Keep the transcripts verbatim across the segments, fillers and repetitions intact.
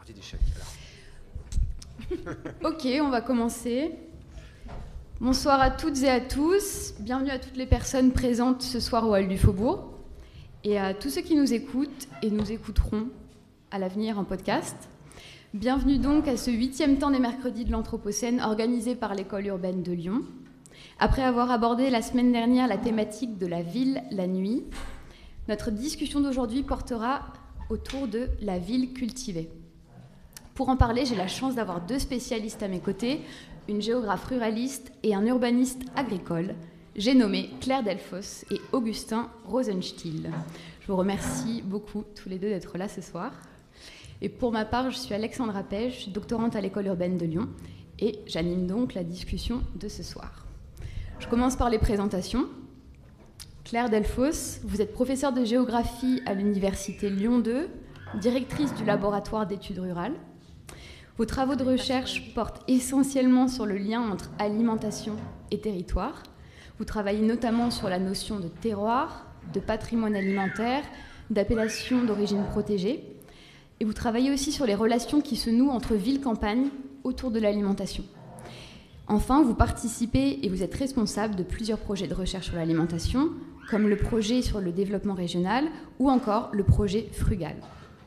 partie d'échec. Ok, on va commencer. Bonsoir à toutes et à tous. Bienvenue à toutes les personnes présentes ce soir au Hall du Faubourg et à tous ceux qui nous écoutent et nous écouteront à l'avenir en podcast. Bienvenue donc à ce huitième temps des mercredis de l'Anthropocène organisé par l'école urbaine de Lyon. Après avoir abordé la semaine dernière la thématique de la ville la nuit, notre discussion d'aujourd'hui portera autour de la ville cultivée. Pour en parler, j'ai la chance d'avoir deux spécialistes à mes côtés, une géographe ruraliste et un urbaniste agricole. J'ai nommé Claire Delfosse et Augustin Rosenstiel. Je vous remercie beaucoup tous les deux d'être là ce soir. Et pour ma part, je suis Alexandra Pej, je suis doctorante à l'école urbaine de Lyon et j'anime donc la discussion de ce soir. Je commence par les présentations. Claire Delfosse, vous êtes professeure de géographie à l'université Lyon deux, directrice du laboratoire d'études rurales. Vos travaux de recherche portent essentiellement sur le lien entre alimentation et territoire. Vous travaillez notamment sur la notion de terroir, de patrimoine alimentaire, d'appellation d'origine protégée. Et vous travaillez aussi sur les relations qui se nouent entre ville-campagne autour de l'alimentation. Enfin, vous participez et vous êtes responsable de plusieurs projets de recherche sur l'alimentation, comme le projet sur le développement régional ou encore le projet Frugal.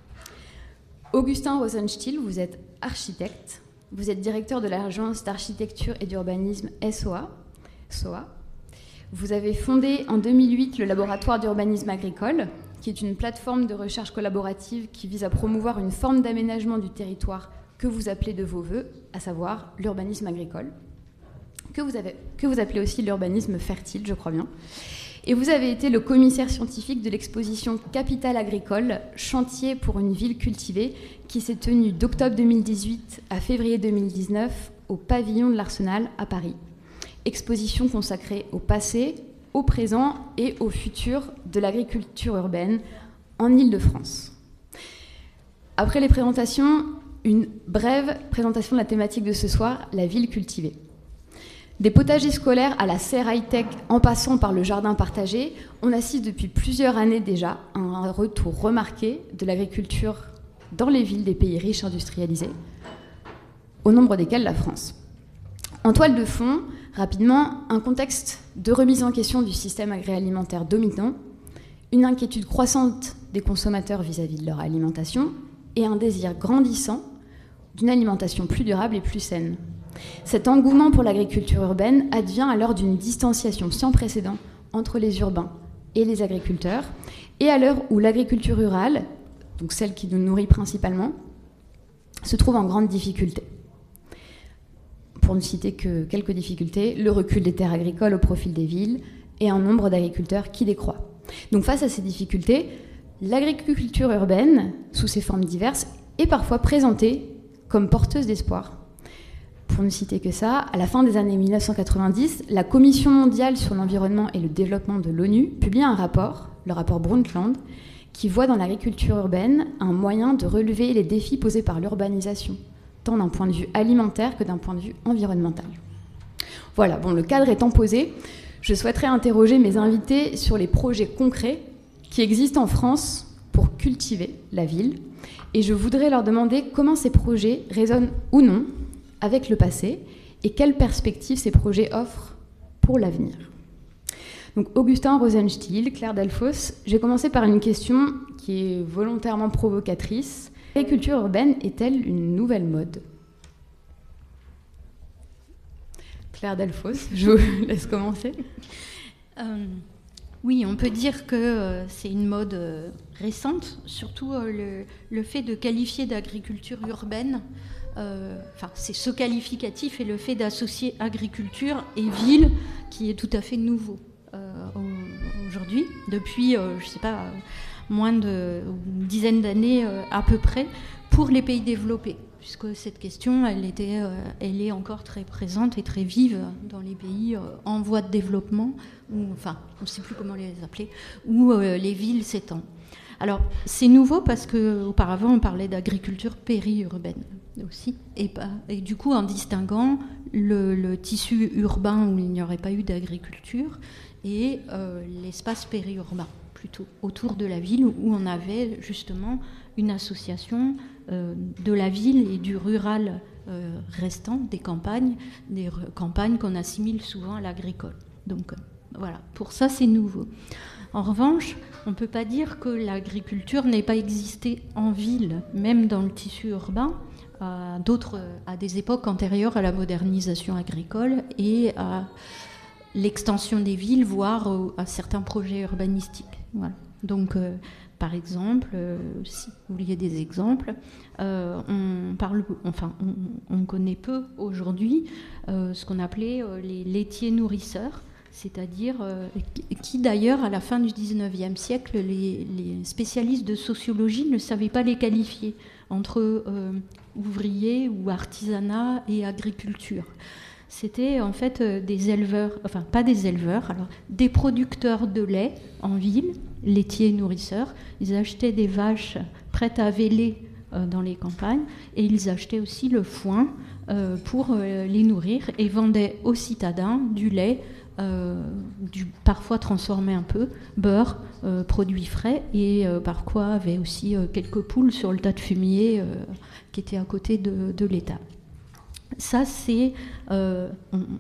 Augustin Rosenstiel, vous êtes architecte, vous êtes directeur de l'agence d'architecture et d'urbanisme S O A. S O A. Vous avez fondé en deux mille huit le laboratoire d'urbanisme agricole, qui est une plateforme de recherche collaborative qui vise à promouvoir une forme d'aménagement du territoire que vous appelez de vos voeux, à savoir l'urbanisme agricole, que vous, avez, que vous appelez aussi l'urbanisme fertile, je crois bien. Et vous avez été le commissaire scientifique de l'exposition Capital agricole, chantier pour une ville cultivée, qui s'est tenue d'octobre deux mille dix-huit à février deux mille dix-neuf au pavillon de l'Arsenal à Paris. Exposition consacrée au passé, au présent et au futur de l'agriculture urbaine en Île-de-France. Après les présentations, une brève présentation de la thématique de ce soir, la ville cultivée. Des potagers scolaires à la serre high-tech en passant par le jardin partagé, on assiste depuis plusieurs années déjà à un retour remarqué de l'agriculture dans les villes des pays riches industrialisés, au nombre desquels la France. En toile de fond, rapidement, un contexte de remise en question du système agroalimentaire dominant, une inquiétude croissante des consommateurs vis-à-vis de leur alimentation et un désir grandissant d'une alimentation plus durable et plus saine. Cet engouement pour l'agriculture urbaine advient à l'heure d'une distanciation sans précédent entre les urbains et les agriculteurs, et à l'heure où l'agriculture rurale, donc celle qui nous nourrit principalement, se trouve en grande difficulté. Pour ne citer que quelques difficultés, le recul des terres agricoles au profit des villes et un nombre d'agriculteurs qui décroît. Donc face à ces difficultés, l'agriculture urbaine, sous ses formes diverses, est parfois présentée comme porteuse d'espoir. Pour ne citer que ça, à la fin des années mille neuf cent quatre-vingt-dix, la Commission mondiale sur l'environnement et le développement de l'ONU publie un rapport, le rapport Brundtland, qui voit dans l'agriculture urbaine un moyen de relever les défis posés par l'urbanisation, tant d'un point de vue alimentaire que d'un point de vue environnemental. Voilà, bon, le cadre étant posé, je souhaiterais interroger mes invités sur les projets concrets qui existent en France pour cultiver la ville, et je voudrais leur demander comment ces projets résonnent ou non avec le passé et quelles perspectives ces projets offrent pour l'avenir. Donc Augustin Rosenstiel, Claire Delfosse, j'ai commencé par une question qui est volontairement provocatrice. L'agriculture urbaine est-elle une nouvelle mode ? Claire Delfosse, je vous laisse commencer. Euh, oui, on peut dire que euh, c'est une mode euh, récente, surtout euh, le, le fait de qualifier d'agriculture urbaine. Euh, enfin, c'est ce qualificatif et le fait d'associer agriculture et ville qui est tout à fait nouveau euh, aujourd'hui, depuis, euh, je ne sais pas, moins d'une dizaine d'années euh, à peu près, pour les pays développés, puisque cette question, elle, était, euh, elle est encore très présente et très vive dans les pays euh, en voie de développement, ou, enfin, on ne sait plus comment les appeler, où euh, les villes s'étendent. Alors, c'est nouveau parce qu'auparavant, on parlait d'agriculture périurbaine aussi, et, et du coup, en distinguant le, le tissu urbain où il n'y aurait pas eu d'agriculture et euh, l'espace périurbain, plutôt autour de la ville, où on avait justement une association euh, de la ville et du rural euh, restant, des campagnes, des re- campagnes qu'on assimile souvent à l'agricole. Donc euh, voilà, pour ça c'est nouveau. En revanche, on ne peut pas dire que l'agriculture n'ait pas existé en ville, même dans le tissu urbain, à, d'autres, à des époques antérieures à la modernisation agricole et à l'extension des villes, voire à certains projets urbanistiques. Voilà. Donc, euh, par exemple, euh, si vous vouliez des exemples, euh, on parle, enfin, on, on connaît peu aujourd'hui euh, ce qu'on appelait euh, les laitiers nourrisseurs, c'est-à-dire euh, qui d'ailleurs, à la fin du dix-neuvième siècle, les, les spécialistes de sociologie ne savaient pas les qualifier entre euh, ouvriers ou artisanat et agriculture. C'était en fait euh, des éleveurs, enfin pas des éleveurs, alors des producteurs de lait en ville, laitiers nourrisseurs. Ils achetaient des vaches prêtes à véler euh, dans les campagnes et ils achetaient aussi le foin euh, pour euh, les nourrir et vendaient aux citadins du lait, euh, du, parfois transformé un peu, beurre, euh, produits frais et euh, parfois avait aussi euh, quelques poules sur le tas de fumier euh, qui était à côté de, de l'étable. Ça, c'est, euh,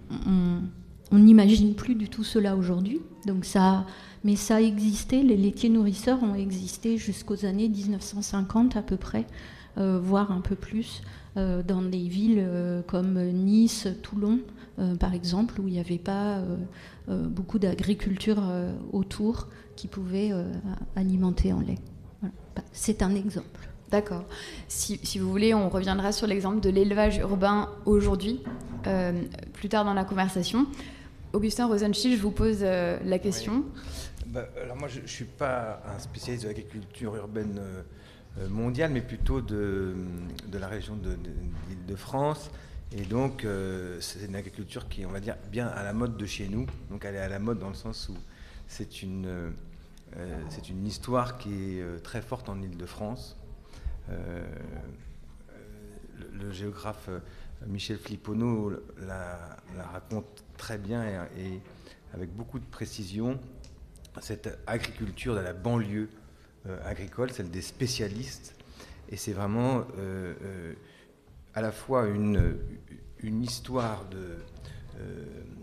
on n'imagine plus du tout cela aujourd'hui. Donc ça, mais ça a existé. Les laitiers nourrisseurs ont existé jusqu'aux années dix-neuf cent cinquante à peu près, euh, voire un peu plus, euh, dans des villes euh, comme Nice, Toulon, euh, par exemple, où il n'y avait pas euh, euh, beaucoup d'agriculture euh, autour qui pouvait euh, alimenter en lait. Voilà. C'est un exemple. D'accord. Si, si vous voulez, on reviendra sur l'exemple de l'élevage urbain aujourd'hui, euh, plus tard dans la conversation. Augustin Rosenschild, je vous pose euh, la question. Oui. Bah, alors moi, je ne suis pas un spécialiste de l'agriculture urbaine euh, mondiale, mais plutôt de, de la région de, de, d'Île-de-France. Et donc, euh, c'est une agriculture qui est, on va dire, bien à la mode de chez nous. Donc, elle est à la mode dans le sens où c'est une, euh, c'est une histoire qui est euh, très forte en Île-de-France. Euh, le, le géographe Michel Fliponneau la, la raconte très bien et, et avec beaucoup de précision, cette agriculture de la banlieue euh, agricole, celle des spécialistes, et c'est vraiment euh, euh, à la fois une, une histoire de, euh,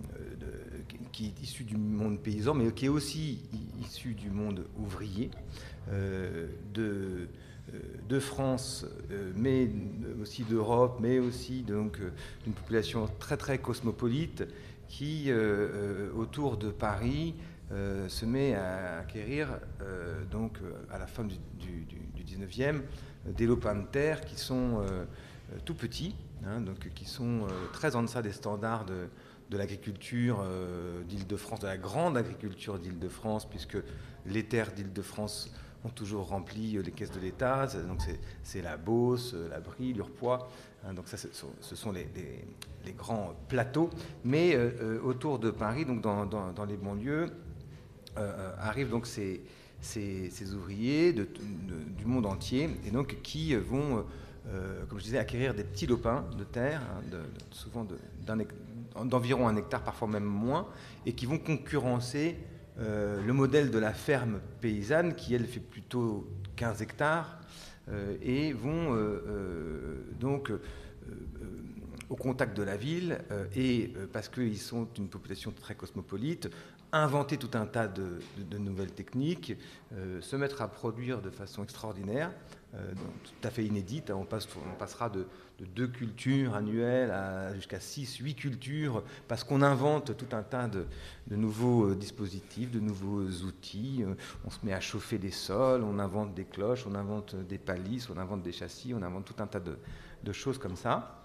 de, qui est issue du monde paysan, mais qui est aussi issue du monde ouvrier, euh, de de France, mais aussi d'Europe, mais aussi donc d'une population très très cosmopolite qui, euh, autour de Paris, euh, se met à acquérir, euh, donc à la fin du, du, du dix-neuvième, des lopins de terre qui sont euh, tout petits, hein, donc qui sont euh, très en deçà des standards de, de l'agriculture euh, d'Île-de-France, de la grande agriculture d'Île-de-France, puisque les terres d'Île-de-France ont toujours rempli les caisses de l'État, donc c'est, c'est la Beauce, la Brie, l'Urpois, hein, donc ça, ce sont les, les, les grands plateaux, mais euh, autour de Paris, donc dans, dans, dans les banlieues, euh, arrivent donc ces, ces, ces ouvriers de, de, du monde entier, et donc qui vont, euh, comme je disais, acquérir des petits lopins de terre, hein, de, de, souvent de, d'un, d'environ un hectare, parfois même moins, et qui vont concurrencer Euh, le modèle de la ferme paysanne qui, elle, fait plutôt quinze hectares euh, et vont euh, euh, donc euh, euh, au contact de la ville euh, et euh, parce qu'ils sont une population très cosmopolite, inventer tout un tas de, de, de nouvelles techniques, euh, se mettre à produire de façon extraordinaire, euh, donc, tout à fait inédite. On, passe, on passera de, de deux cultures annuelles à jusqu'à six, huit cultures, parce qu'on invente tout un tas de, de nouveaux euh, dispositifs, de nouveaux outils. Euh, on se met à chauffer des sols, on invente des cloches, on invente des palisses, on invente des châssis, on invente tout un tas de, de choses comme ça.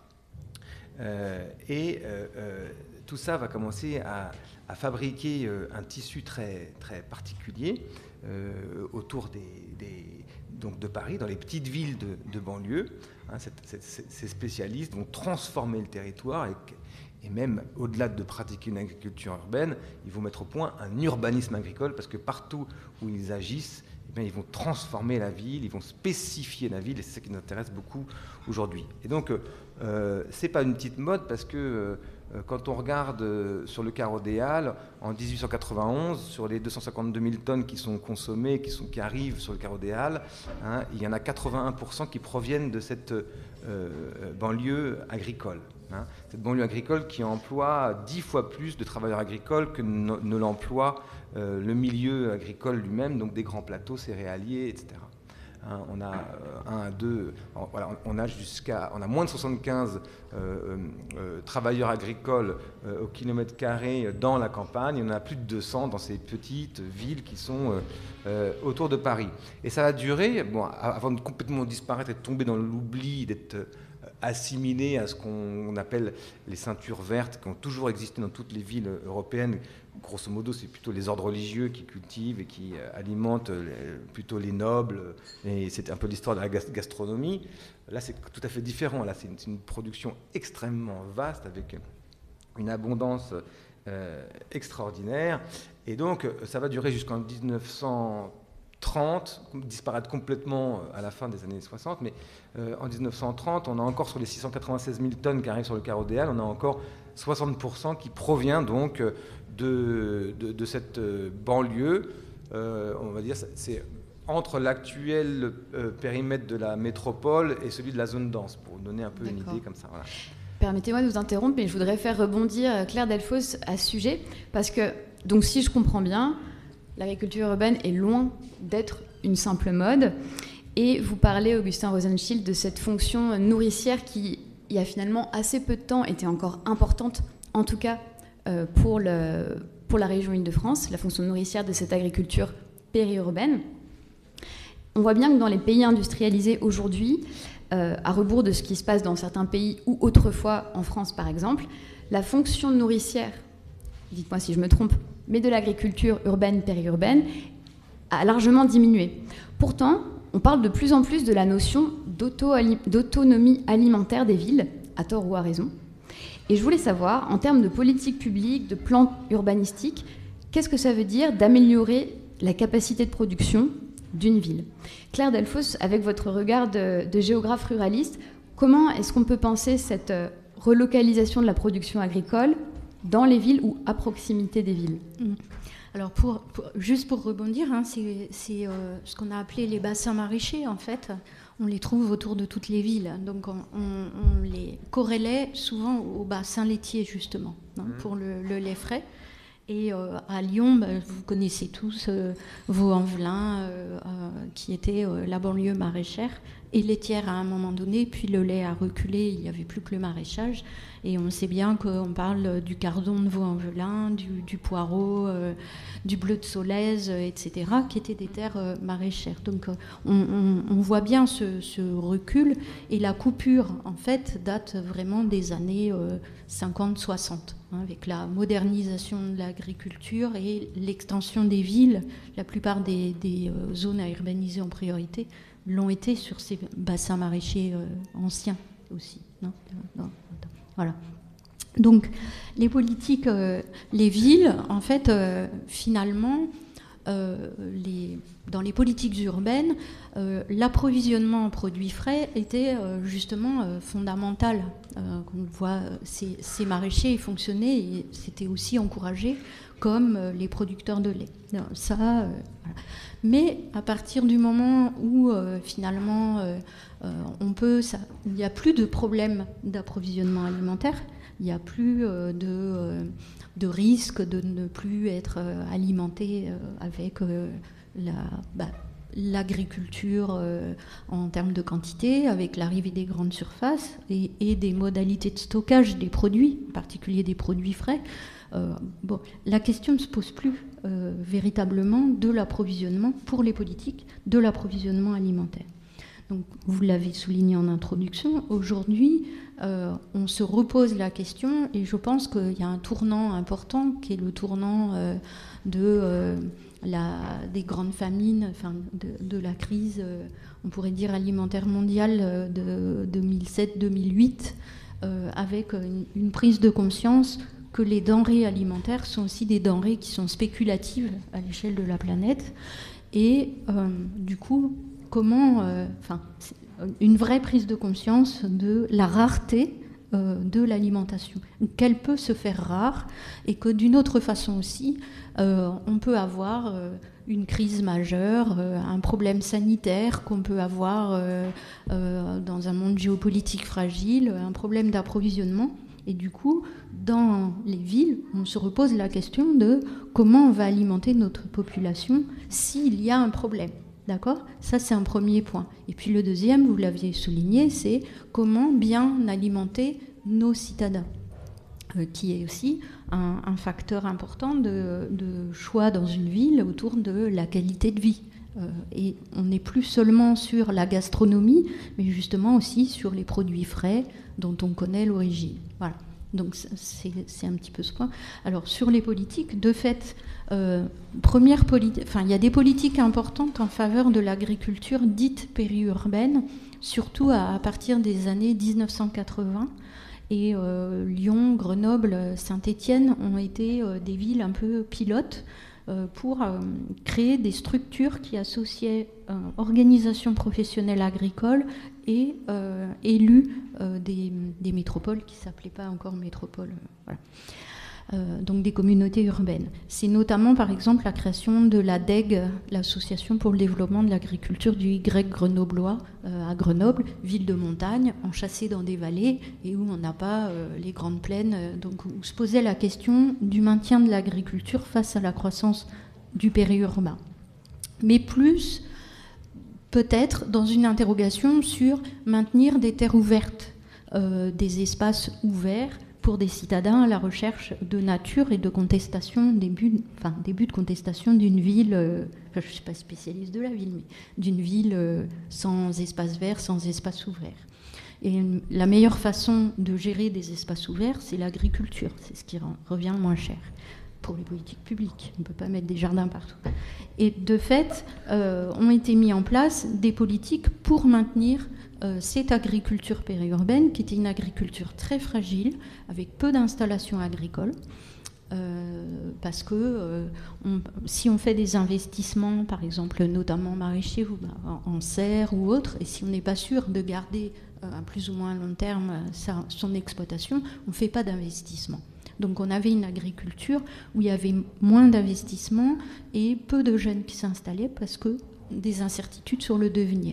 Euh, et euh, euh, tout ça va commencer à, à fabriquer euh, un tissu très, très particulier euh, autour des, des, donc de Paris, dans les petites villes de, de banlieue. Hein, cette, cette, ces spécialistes vont transformer le territoire et, et même au-delà de pratiquer une agriculture urbaine, ils vont mettre au point un urbanisme agricole, parce que partout où ils agissent, eh bien, ils vont transformer la ville, ils vont spécifier la ville, et c'est ça qui nous intéresse beaucoup aujourd'hui. Et donc, euh, c'est pas une petite mode, parce que quand on regarde sur le carreau des Halles, en dix-huit cent quatre-vingt-onze, sur les deux cent cinquante-deux mille tonnes qui sont consommées, qui, sont, qui arrivent sur le carreau des Halles, hein, il y en a quatre-vingt-un pour cent qui proviennent de cette euh, banlieue agricole. Hein, cette banlieue agricole qui emploie dix fois plus de travailleurs agricoles que ne, ne l'emploie euh, le milieu agricole lui-même, donc des grands plateaux céréaliers, et cetera. Hein, on a euh, un à deux, on, voilà, on a jusqu'à, on a moins de soixante-quinze euh, euh, travailleurs agricoles euh, au kilomètre carré dans la campagne. On en a plus de deux cents dans ces petites villes qui sont euh, euh, autour de Paris. Et ça va durer, bon, avant de complètement disparaître et de tomber dans l'oubli, d'être euh, assimilé à ce qu'on appelle les ceintures vertes, qui ont toujours existé dans toutes les villes européennes. Grosso modo, c'est plutôt les ordres religieux qui cultivent et qui alimentent plutôt les nobles. Et c'est un peu l'histoire de la gastronomie. Là, c'est tout à fait différent. Là, c'est une, c'est une production extrêmement vaste avec une abondance euh, extraordinaire. Et donc, ça va durer jusqu'en dix-neuf cent trente, disparaître complètement à la fin des années soixante. Mais euh, en dix-neuf cent trente, on a encore sur les six cent quatre-vingt-seize mille tonnes qui arrivent sur le carreau des Halles, on a encore soixante pour cent qui provient donc de, de, de cette banlieue. Euh, on va dire, c'est entre l'actuel euh, périmètre de la métropole et celui de la zone dense, pour vous donner un peu D'accord. une idée comme ça. Voilà. Permettez-moi de vous interrompre, mais je voudrais faire rebondir Claire Delfosse à ce sujet, parce que, donc si je comprends bien, l'agriculture urbaine est loin d'être une simple mode. Et vous parlez, Augustin Rosenschild, de cette fonction nourricière qui, il y a finalement assez peu de temps, était encore importante, en tout cas euh, pour, le, pour la région Île-de-France, la fonction nourricière de cette agriculture périurbaine. On voit bien que dans les pays industrialisés aujourd'hui, euh, à rebours de ce qui se passe dans certains pays ou autrefois en France par exemple, la fonction nourricière, dites-moi si je me trompe, mais de l'agriculture urbaine, périurbaine, a largement diminué. Pourtant, on parle de plus en plus de la notion d'autonomie alimentaire des villes, à tort ou à raison. Et je voulais savoir, en termes de politique publique, de plan urbanistique, qu'est-ce que ça veut dire d'améliorer la capacité de production d'une ville ? Claire Delfosse, avec votre regard de, de géographe ruraliste, comment est-ce qu'on peut penser cette relocalisation de la production agricole dans les villes ou à proximité des villes ? Alors, pour, pour, juste pour rebondir, hein, c'est, c'est euh, ce qu'on a appelé les bassins maraîchers, en fait. On les trouve autour de toutes les villes. Donc, on, on, on les corrélait souvent aux bassins laitiers, justement, hein, mmh. pour le, le lait frais. Et euh, à Lyon, bah, vous connaissez tous euh, Vaux-en-Velin, euh, euh, qui était euh, la banlieue maraîchère et laitière à un moment donné. Puis le lait a reculé, il n'y avait plus que le maraîchage. Et on sait bien qu'on parle du cardon de Vaux-en-Velin, du, du poireau, euh, du bleu de Solèze, et cetera, qui étaient des terres euh, maraîchères. Donc euh, on, on, on voit bien ce, ce recul. Et la coupure, en fait, date vraiment des années euh, cinquante soixante, hein, avec la modernisation de l'agriculture et l'extension des villes. La plupart des, des euh, zones à urbaniser en priorité l'ont été sur ces bassins maraîchers euh, anciens aussi. Non, non, non. Voilà. Donc, les politiques, euh, les villes, en fait, euh, finalement, euh, les, dans les politiques urbaines, euh, l'approvisionnement en produits frais était euh, justement euh, fondamental. Euh, on voit, ces, ces maraîchers fonctionnaient et c'était aussi encouragé comme euh, les producteurs de lait. Non, ça, euh, voilà. Mais à partir du moment où euh, finalement euh, euh, on peut, ça, il n'y a plus de problème d'approvisionnement alimentaire, il n'y a plus euh, de, euh, de risque de ne plus être euh, alimenté euh, avec euh, la, bah, l'agriculture euh, en termes de quantité, avec l'arrivée des grandes surfaces et, et des modalités de stockage des produits, en particulier des produits frais. Euh, bon, la question ne se pose plus euh, véritablement de l'approvisionnement pour les politiques, de l'approvisionnement alimentaire. Donc, vous l'avez souligné en introduction, aujourd'hui, euh, on se repose la question et je pense qu'il y a un tournant important qui est le tournant euh, de, euh, la, des grandes famines, enfin, de, de la crise, euh, on pourrait dire alimentaire mondiale de deux mille sept deux mille huit, euh, avec une, une prise de conscience que les denrées alimentaires sont aussi des denrées qui sont spéculatives à l'échelle de la planète. Et euh, du coup, comment... Euh, enfin, une vraie prise de conscience de la rareté euh, de l'alimentation, qu'elle peut se faire rare et que d'une autre façon aussi, euh, on peut avoir euh, une crise majeure, euh, un problème sanitaire qu'on peut avoir euh, euh, dans un monde géopolitique fragile, un problème d'approvisionnement. Et du coup, dans les villes, on se repose la question de comment on va alimenter notre population s'il y a un problème. D'accord ? Ça, c'est un premier point. Et puis le deuxième, vous l'aviez souligné, c'est comment bien alimenter nos citadins, euh, qui est aussi un, un facteur important de, de choix dans une ville autour de la qualité de vie. Euh, et on n'est plus seulement sur la gastronomie, mais justement aussi sur les produits frais dont on connaît l'origine. Voilà. Donc c'est, c'est un petit peu ce point. Alors sur les politiques, de fait, euh, première politi- enfin, il y a des politiques importantes en faveur de l'agriculture dite périurbaine, surtout à, à partir des années dix-neuf cent quatre-vingts. Et euh, Lyon, Grenoble, Saint-Étienne ont été euh, des villes un peu pilotes euh, pour euh, créer des structures qui associaient euh, organisation professionnelle agricole et euh, élus euh, des, des métropoles qui ne s'appelaient pas encore métropoles. Euh, voilà. Euh, donc des communautés urbaines. C'est notamment par exemple la création de l'A D E G, l'Association pour le développement de l'agriculture du Y grenoblois euh, à Grenoble, ville de montagne, enchâssée dans des vallées et où on n'a pas euh, les grandes plaines, euh, donc où se posait la question du maintien de l'agriculture face à la croissance du périurbain. Mais plus peut-être dans une interrogation sur maintenir des terres ouvertes, euh, des espaces ouverts pour des citadins à la recherche de nature et de contestation, des buts, enfin, des buts de contestation d'une ville, euh, enfin, je ne suis pas spécialiste de la ville, mais d'une ville euh, sans espace vert, sans espace ouvert. Et la meilleure façon de gérer des espaces ouverts, c'est l'agriculture, c'est ce qui revient le moins cher pour les politiques publiques. On ne peut pas mettre des jardins partout. Et de fait, euh, ont été mis en place des politiques pour maintenir euh, cette agriculture périurbaine, qui était une agriculture très fragile, avec peu d'installations agricoles, euh, parce que euh, on, si on fait des investissements, par exemple, notamment maraîchers ou en, en serre ou autre, et si on n'est pas sûr de garder euh, à plus ou moins long terme sa, son exploitation, on ne fait pas d'investissement. Donc on avait une agriculture où il y avait moins d'investissements et peu de jeunes qui s'installaient parce que des incertitudes sur le devenir.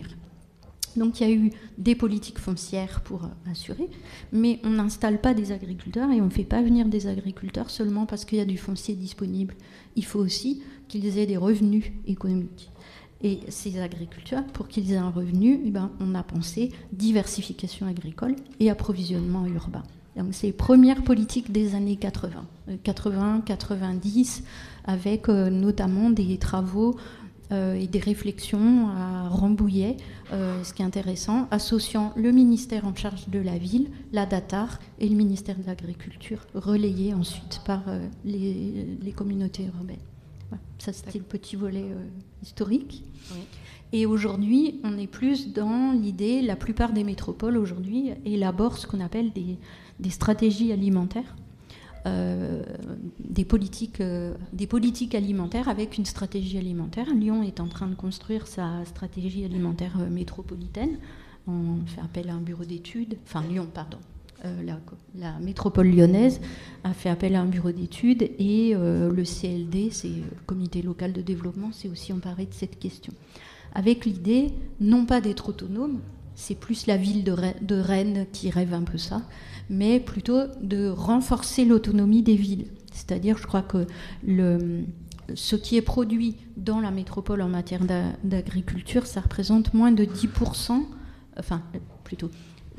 Donc il y a eu des politiques foncières pour assurer, mais on n'installe pas des agriculteurs et on ne fait pas venir des agriculteurs seulement parce qu'il y a du foncier disponible. Il faut aussi qu'ils aient des revenus économiques. Et ces agriculteurs, pour qu'ils aient un revenu, eh ben, on a pensé diversification agricole et approvisionnement urbain. Donc, c'est les premières politiques des années quatre-vingts, quatre-vingts quatre-vingt-dix, avec euh, notamment des travaux euh, et des réflexions à Rambouillet, euh, ce qui est intéressant, associant le ministère en charge de la ville, la DATAR et le ministère de l'Agriculture, relayés ensuite par euh, les, les communautés urbaines. Voilà. Ça, c'était le petit volet euh, historique. Oui. Et aujourd'hui, on est plus dans l'idée, la plupart des métropoles aujourd'hui élaborent ce qu'on appelle des des stratégies alimentaires, euh, des, politiques, euh, des politiques alimentaires avec une stratégie alimentaire. Lyon est en train de construire sa stratégie alimentaire euh, métropolitaine. On fait appel à un bureau d'études, enfin Lyon, pardon. Euh, la, la métropole lyonnaise a fait appel à un bureau d'études et euh, le C L D, c'est le comité local de développement, s'est aussi emparé de cette question. Avec l'idée, non pas d'être autonome, c'est plus la ville de Rennes, de Rennes qui rêve un peu ça, mais plutôt de renforcer l'autonomie des villes. C'est-à-dire, je crois que le, ce qui est produit dans la métropole en matière d'agriculture, ça représente moins de dix pour cent, enfin, plutôt,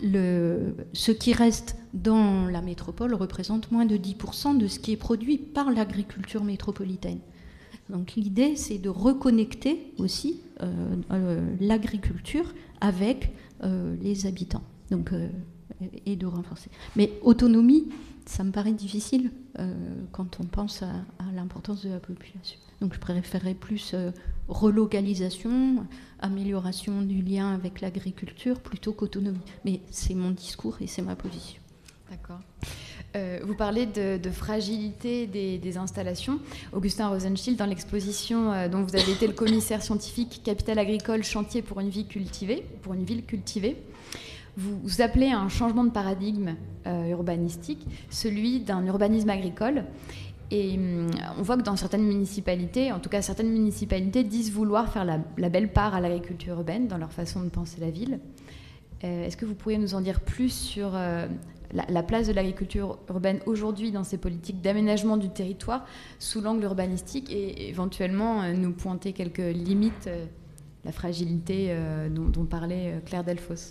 le, ce qui reste dans la métropole représente moins de dix pour cent de ce qui est produit par l'agriculture métropolitaine. Donc l'idée, c'est de reconnecter aussi euh, euh, l'agriculture avec euh, les habitants. Donc... Euh, et de renforcer. Mais autonomie, ça me paraît difficile euh, quand on pense à, à l'importance de la population. Donc je préférerais plus euh, relocalisation, amélioration du lien avec l'agriculture plutôt qu'autonomie. Mais c'est mon discours et c'est ma position. D'accord. Euh, vous parlez de, de fragilité des, des installations. Augustin Rosenschild, dans l'exposition euh, dont vous avez été le commissaire scientifique, Capital agricole, chantier pour une vie cultivée, pour une ville cultivée, vous, vous appelez à un changement de paradigme euh, urbanistique, celui d'un urbanisme agricole. Et hum, on voit que dans certaines municipalités, en tout cas certaines municipalités disent vouloir faire la, la belle part à l'agriculture urbaine dans leur façon de penser la ville. Euh, est-ce que vous pourriez nous en dire plus sur euh, la, la place de l'agriculture urbaine aujourd'hui dans ces politiques d'aménagement du territoire sous l'angle urbanistique et éventuellement euh, nous pointer quelques limites, euh, la fragilité euh, dont, dont parlait euh, Claire Delphos?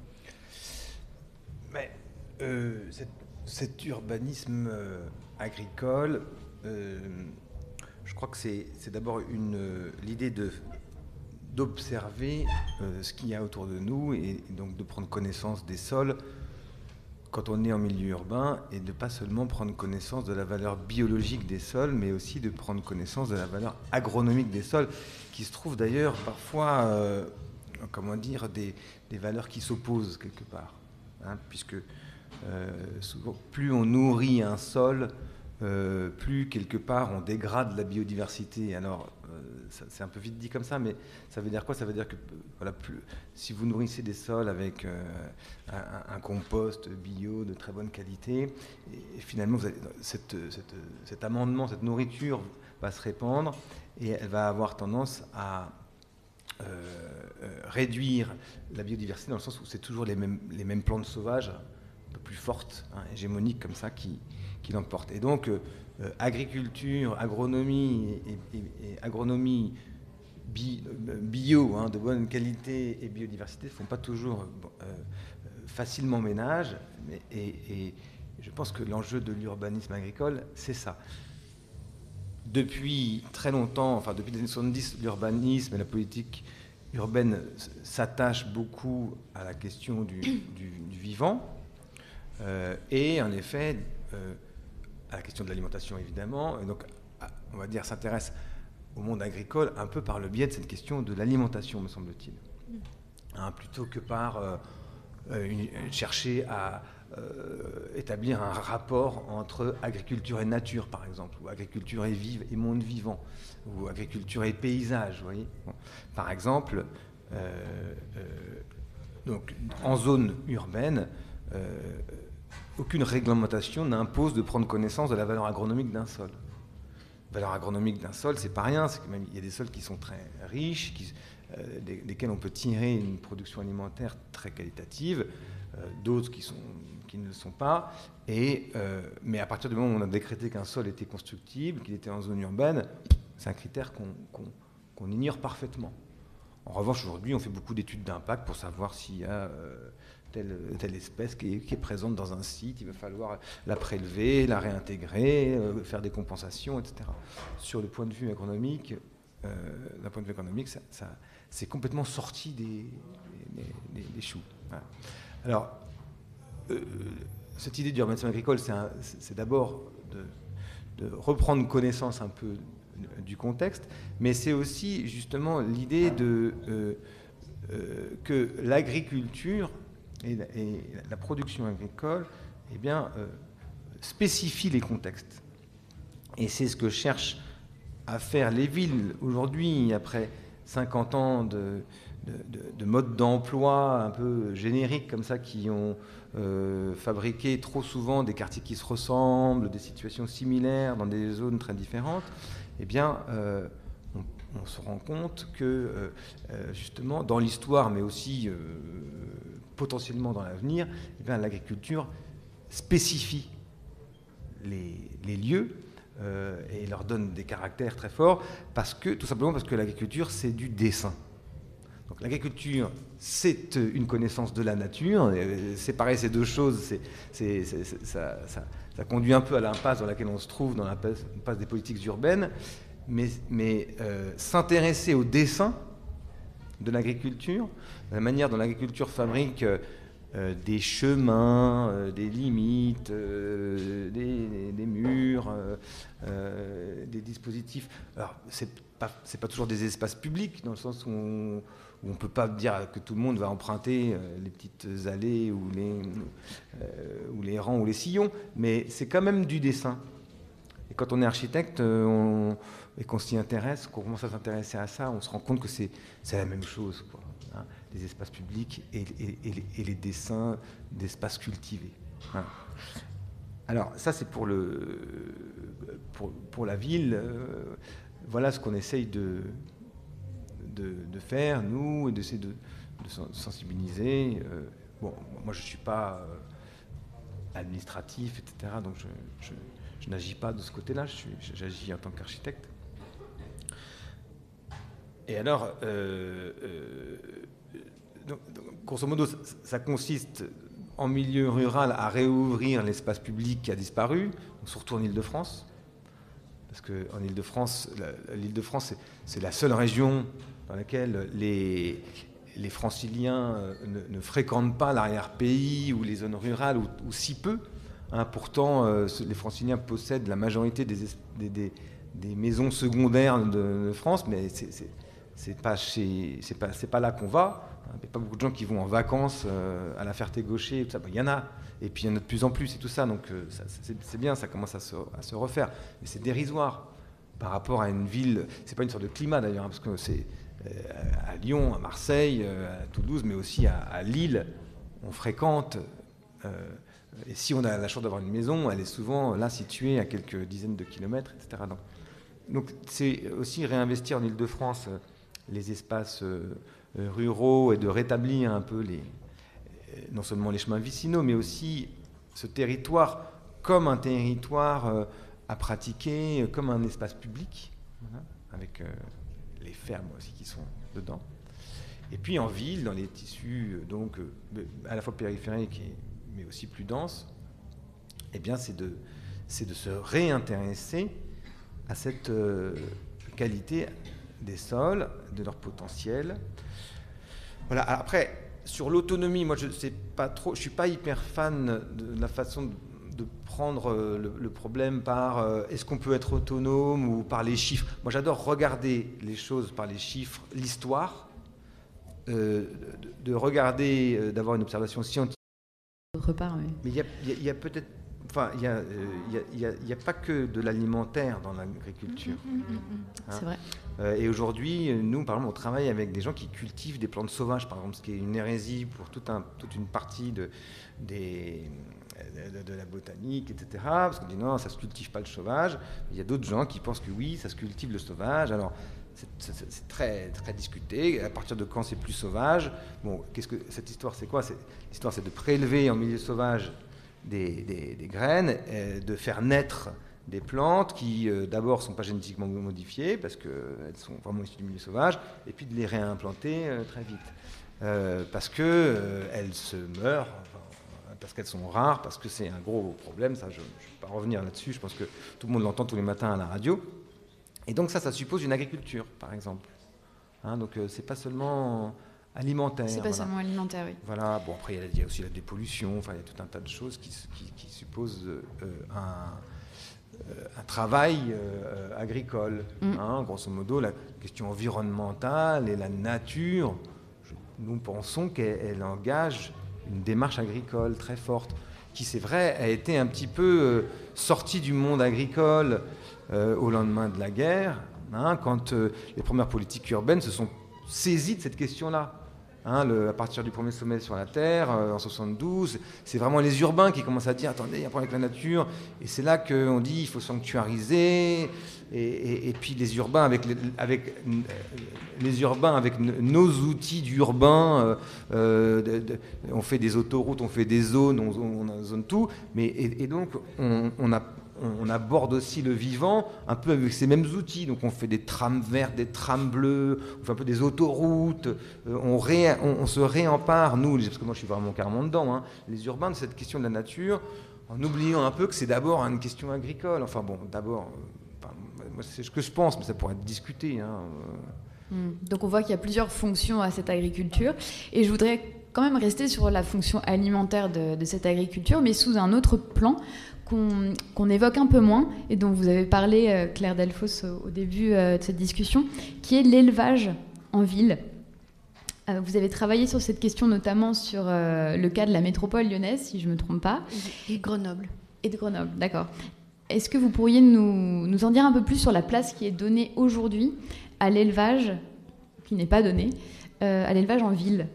Mais euh, cet, cet urbanisme euh, agricole, euh, je crois que c'est, c'est d'abord une, euh, l'idée de d'observer euh, ce qu'il y a autour de nous et, et donc de prendre connaissance des sols quand on est en milieu urbain et de pas seulement prendre connaissance de la valeur biologique des sols, mais aussi de prendre connaissance de la valeur agronomique des sols, qui se trouve d'ailleurs parfois, euh, comment dire, des, des valeurs qui s'opposent quelque part, hein, puisque euh, souvent, plus on nourrit un sol, Euh, plus quelque part on dégrade la biodiversité. Alors euh, ça, c'est un peu vite dit comme ça, mais ça veut dire quoi? Ça veut dire que voilà, plus, si vous nourrissez des sols avec euh, un, un compost bio de très bonne qualité, et, et finalement vous avez, cette, cette, cet amendement, cette nourriture va se répandre et elle va avoir tendance à euh, euh, réduire la biodiversité dans le sens où c'est toujours les mêmes, les mêmes plantes sauvages, un peu plus fortes, hein, hégémoniques comme ça, qui qui l'emporte. Et donc, euh, agriculture, agronomie et, et, et agronomie bi, bio, hein, de bonne qualité et biodiversité ne font pas toujours euh, facilement ménage. Mais, et, et je pense que l'enjeu de l'urbanisme agricole, c'est ça. Depuis très longtemps, enfin depuis les années soixante-dix, l'urbanisme et la politique urbaine s'attachent beaucoup à la question du, du, du vivant. Euh, et en effet, euh, à la question de l'alimentation évidemment, et donc on va dire s'intéresse au monde agricole un peu par le biais de cette question de l'alimentation, me semble-t-il, hein, plutôt que par euh, une, chercher à euh, établir un rapport entre agriculture et nature, par exemple, ou agriculture et, vive, et monde vivant, ou agriculture et paysage, vous voyez. Bon. Par exemple, euh, euh, donc, en zone urbaine, euh, aucune réglementation n'impose de prendre connaissance de la valeur agronomique d'un sol. La valeur agronomique d'un sol, c'est pas rien. C'est que même, il y a des sols qui sont très riches, qui, euh, des, desquels on peut tirer une production alimentaire très qualitative, euh, d'autres qui, sont, qui ne le sont pas. Et, euh, mais à partir du moment où on a décrété qu'un sol était constructible, qu'il était en zone urbaine, c'est un critère qu'on, qu'on, qu'on ignore parfaitement. En revanche, aujourd'hui, on fait beaucoup d'études d'impact pour savoir s'il y a euh, telle, telle espèce qui est, qui est présente dans un site. Il va falloir la prélever, la réintégrer, euh, faire des compensations, et cetera. Sur le point de vue économique, euh, d'un point de vue économique, ça, ça, c'est complètement sorti des, des, des, des choux. Voilà. Alors, euh, cette idée d'urbanisme agricole, c'est, un, c'est d'abord de, de reprendre connaissance un peu du contexte, mais c'est aussi justement l'idée de, euh, euh, que l'agriculture et la, et la production agricole eh bien, euh, spécifient les contextes. Et c'est ce que cherchent à faire les villes aujourd'hui, après cinquante ans de, de, de, de modes d'emploi un peu génériques comme ça, qui ont euh, fabriqué trop souvent des quartiers qui se ressemblent, des situations similaires dans des zones très différentes. Eh bien, euh, on, on se rend compte que, euh, justement, dans l'histoire, mais aussi euh, potentiellement dans l'avenir, eh bien, l'agriculture spécifie les, les lieux euh, et leur donne des caractères très forts, parce que, tout simplement parce que l'agriculture, c'est du dessin. Donc l'agriculture, c'est une connaissance de la nature. Séparer ces deux choses, c'est, c'est, c'est, c'est, ça, ça, ça conduit un peu à l'impasse dans laquelle on se trouve, dans l'impasse des politiques urbaines. Mais, mais euh, s'intéresser au dessin de l'agriculture, la manière dont l'agriculture fabrique euh, des chemins, euh, des limites, euh, des, des, des murs, euh, euh, des dispositifs. Alors, c'est pas, c'est pas toujours des espaces publics, dans le sens où on où on ne peut pas dire que tout le monde va emprunter euh, les petites allées ou les, euh, ou les rangs ou les sillons, mais c'est quand même du dessin. Et quand on est architecte euh, on, et qu'on s'y intéresse, qu'on commence à s'intéresser à ça, on se rend compte que c'est, c'est la même chose, quoi. hein, les espaces publics et, et, et, les, et les dessins d'espaces cultivés. Hein. Alors ça c'est pour, le, pour, pour la ville, euh, voilà ce qu'on essaye de, de, de faire, nous, et d'essayer de, de sensibiliser. Euh, bon, moi je ne suis pas euh, administratif, et cetera, donc je, je, je n'agis pas de ce côté-là, je suis, j'agis en tant qu'architecte. Et alors, euh, euh, donc, donc, grosso modo, ça, ça consiste en milieu rural à réouvrir l'espace public qui a disparu, donc surtout en Île-de-France, parce qu'en Île-de-France, la, l'Île-de-France, c'est, c'est la seule région dans laquelle les, les franciliens ne, ne fréquentent pas l'arrière-pays ou les zones rurales, ou, ou si peu. Hein, pourtant, euh, les franciliens possèdent la majorité des, des, des, des maisons secondaires de, de France, mais c'est, c'est, c'est pas chez, c'est pas, c'est pas là qu'on va. Il n'y a pas beaucoup de gens qui vont en vacances euh, à la Ferté-Gaucher. Il y en a, et puis il y en a de plus en plus et tout ça. Donc euh, ça, c'est, c'est bien, ça commence à se, à se refaire. Mais c'est dérisoire par rapport à une ville. C'est pas une sorte de climat d'ailleurs, hein, parce que c'est euh, à Lyon, à Marseille, euh, à Toulouse, mais aussi à, à Lille, on fréquente. Euh, et si on a la chance d'avoir une maison, elle est souvent là située à quelques dizaines de kilomètres, et cetera. Donc, donc c'est aussi réinvestir en Île-de-France euh, les espaces euh, ruraux et de rétablir un peu les, non seulement les chemins vicinaux, mais aussi ce territoire comme un territoire euh, à pratiquer, comme un espace public, voilà, avec euh, les fermes aussi qui sont dedans. Et puis en ville, dans les tissus donc euh, à la fois périphériques et, mais aussi plus denses, eh bien c'est de, c'est de se réintéresser à cette euh, qualité des sols, de leur potentiel. Voilà. Après, sur l'autonomie, moi je sais pas trop, je suis pas hyper fan de la façon de, de prendre le, le problème par euh, est-ce qu'on peut être autonome ou par les chiffres. Moi j'adore regarder les choses par les chiffres, l'histoire, euh, de, de regarder, euh, d'avoir une observation scientifique. Repart, oui. Mais il y a, y a, y a peut-être, enfin, il n'y a, euh, a, a, a pas que de l'alimentaire dans l'agriculture. Mmh, mmh, mmh. Hein. C'est vrai. Euh, et aujourd'hui, nous, par exemple, on travaille avec des gens qui cultivent des plantes sauvages, par exemple, ce qui est une hérésie pour tout un, toute une partie de, des, de, de la botanique, et cetera. Parce qu'on dit non, ça ne se cultive pas le sauvage. Il y a d'autres gens qui pensent que oui, ça se cultive le sauvage. Alors, c'est, c'est, c'est très, très discuté. À partir de quand c'est plus sauvage? Bon, qu'est-ce que cette histoire, c'est quoi? c'est, L'histoire, c'est de prélever en milieu sauvage des, des, des graines, et de faire naître des plantes qui, euh, d'abord, ne sont pas génétiquement modifiées, parce qu'elles sont vraiment issues du milieu sauvage, et puis de les réimplanter euh, très vite. Euh, parce qu'elles euh, se meurent, enfin, parce qu'elles sont rares, parce que c'est un gros problème. Ça, je ne vais pas revenir là-dessus, je pense que tout le monde l'entend tous les matins à la radio. Et donc ça, ça suppose une agriculture, par exemple. Hein, donc euh, c'est pas seulement alimentaire. C'est pas voilà. seulement alimentaire, oui. Voilà. Bon, après, il y, y a aussi la dépollution, enfin, il y a tout un tas de choses qui, qui, qui supposent euh, un, euh, un travail euh, agricole. Mm. Hein, grosso modo, la question environnementale et la nature, je, nous pensons qu'elle engage une démarche agricole très forte, qui, c'est vrai, a été un petit peu euh, sortie du monde agricole euh, au lendemain de la guerre, hein, quand euh, les premières politiques urbaines se sont saisies de cette question-là. Hein, le, à partir du premier sommet sur la Terre, euh, en soixante-douze, c'est vraiment les urbains qui commencent à dire « Attendez, il y a un problème avec la nature ». Et c'est là qu'on dit « Il faut sanctuariser ». Et, et, et puis les urbains, avec les, avec, les urbains, avec nos outils d'urbain, euh, de, de, on fait des autoroutes, on fait des zones, on, on zone tout. Mais, et, et donc, on, on a... on aborde aussi le vivant un peu avec ces mêmes outils. Donc on fait des trams vertes, des trams bleus, on fait un peu des autoroutes, on, ré, on, on se réempare, nous, parce que moi je suis vraiment carrément dedans, hein, les urbains, de cette question de la nature, en oubliant un peu que c'est d'abord une question agricole. Enfin bon, d'abord, enfin, moi c'est ce que je pense, mais ça pourrait être discuté. Hein. Donc on voit qu'il y a plusieurs fonctions à cette agriculture. Et je voudrais quand même rester sur la fonction alimentaire de, de cette agriculture, mais sous un autre plan qu'on, qu'on évoque un peu moins, et dont vous avez parlé, euh, Claire Delphos, au, au début euh, de cette discussion, qui est l'élevage en ville. Euh, vous avez travaillé sur cette question, notamment sur euh, le cas de la métropole lyonnaise, si je ne me trompe pas. Et Grenoble. Et de Grenoble, d'accord. Est-ce que vous pourriez nous, nous en dire un peu plus sur la place qui est donnée aujourd'hui à l'élevage, qui n'est pas donnée, euh, à l'élevage en ville?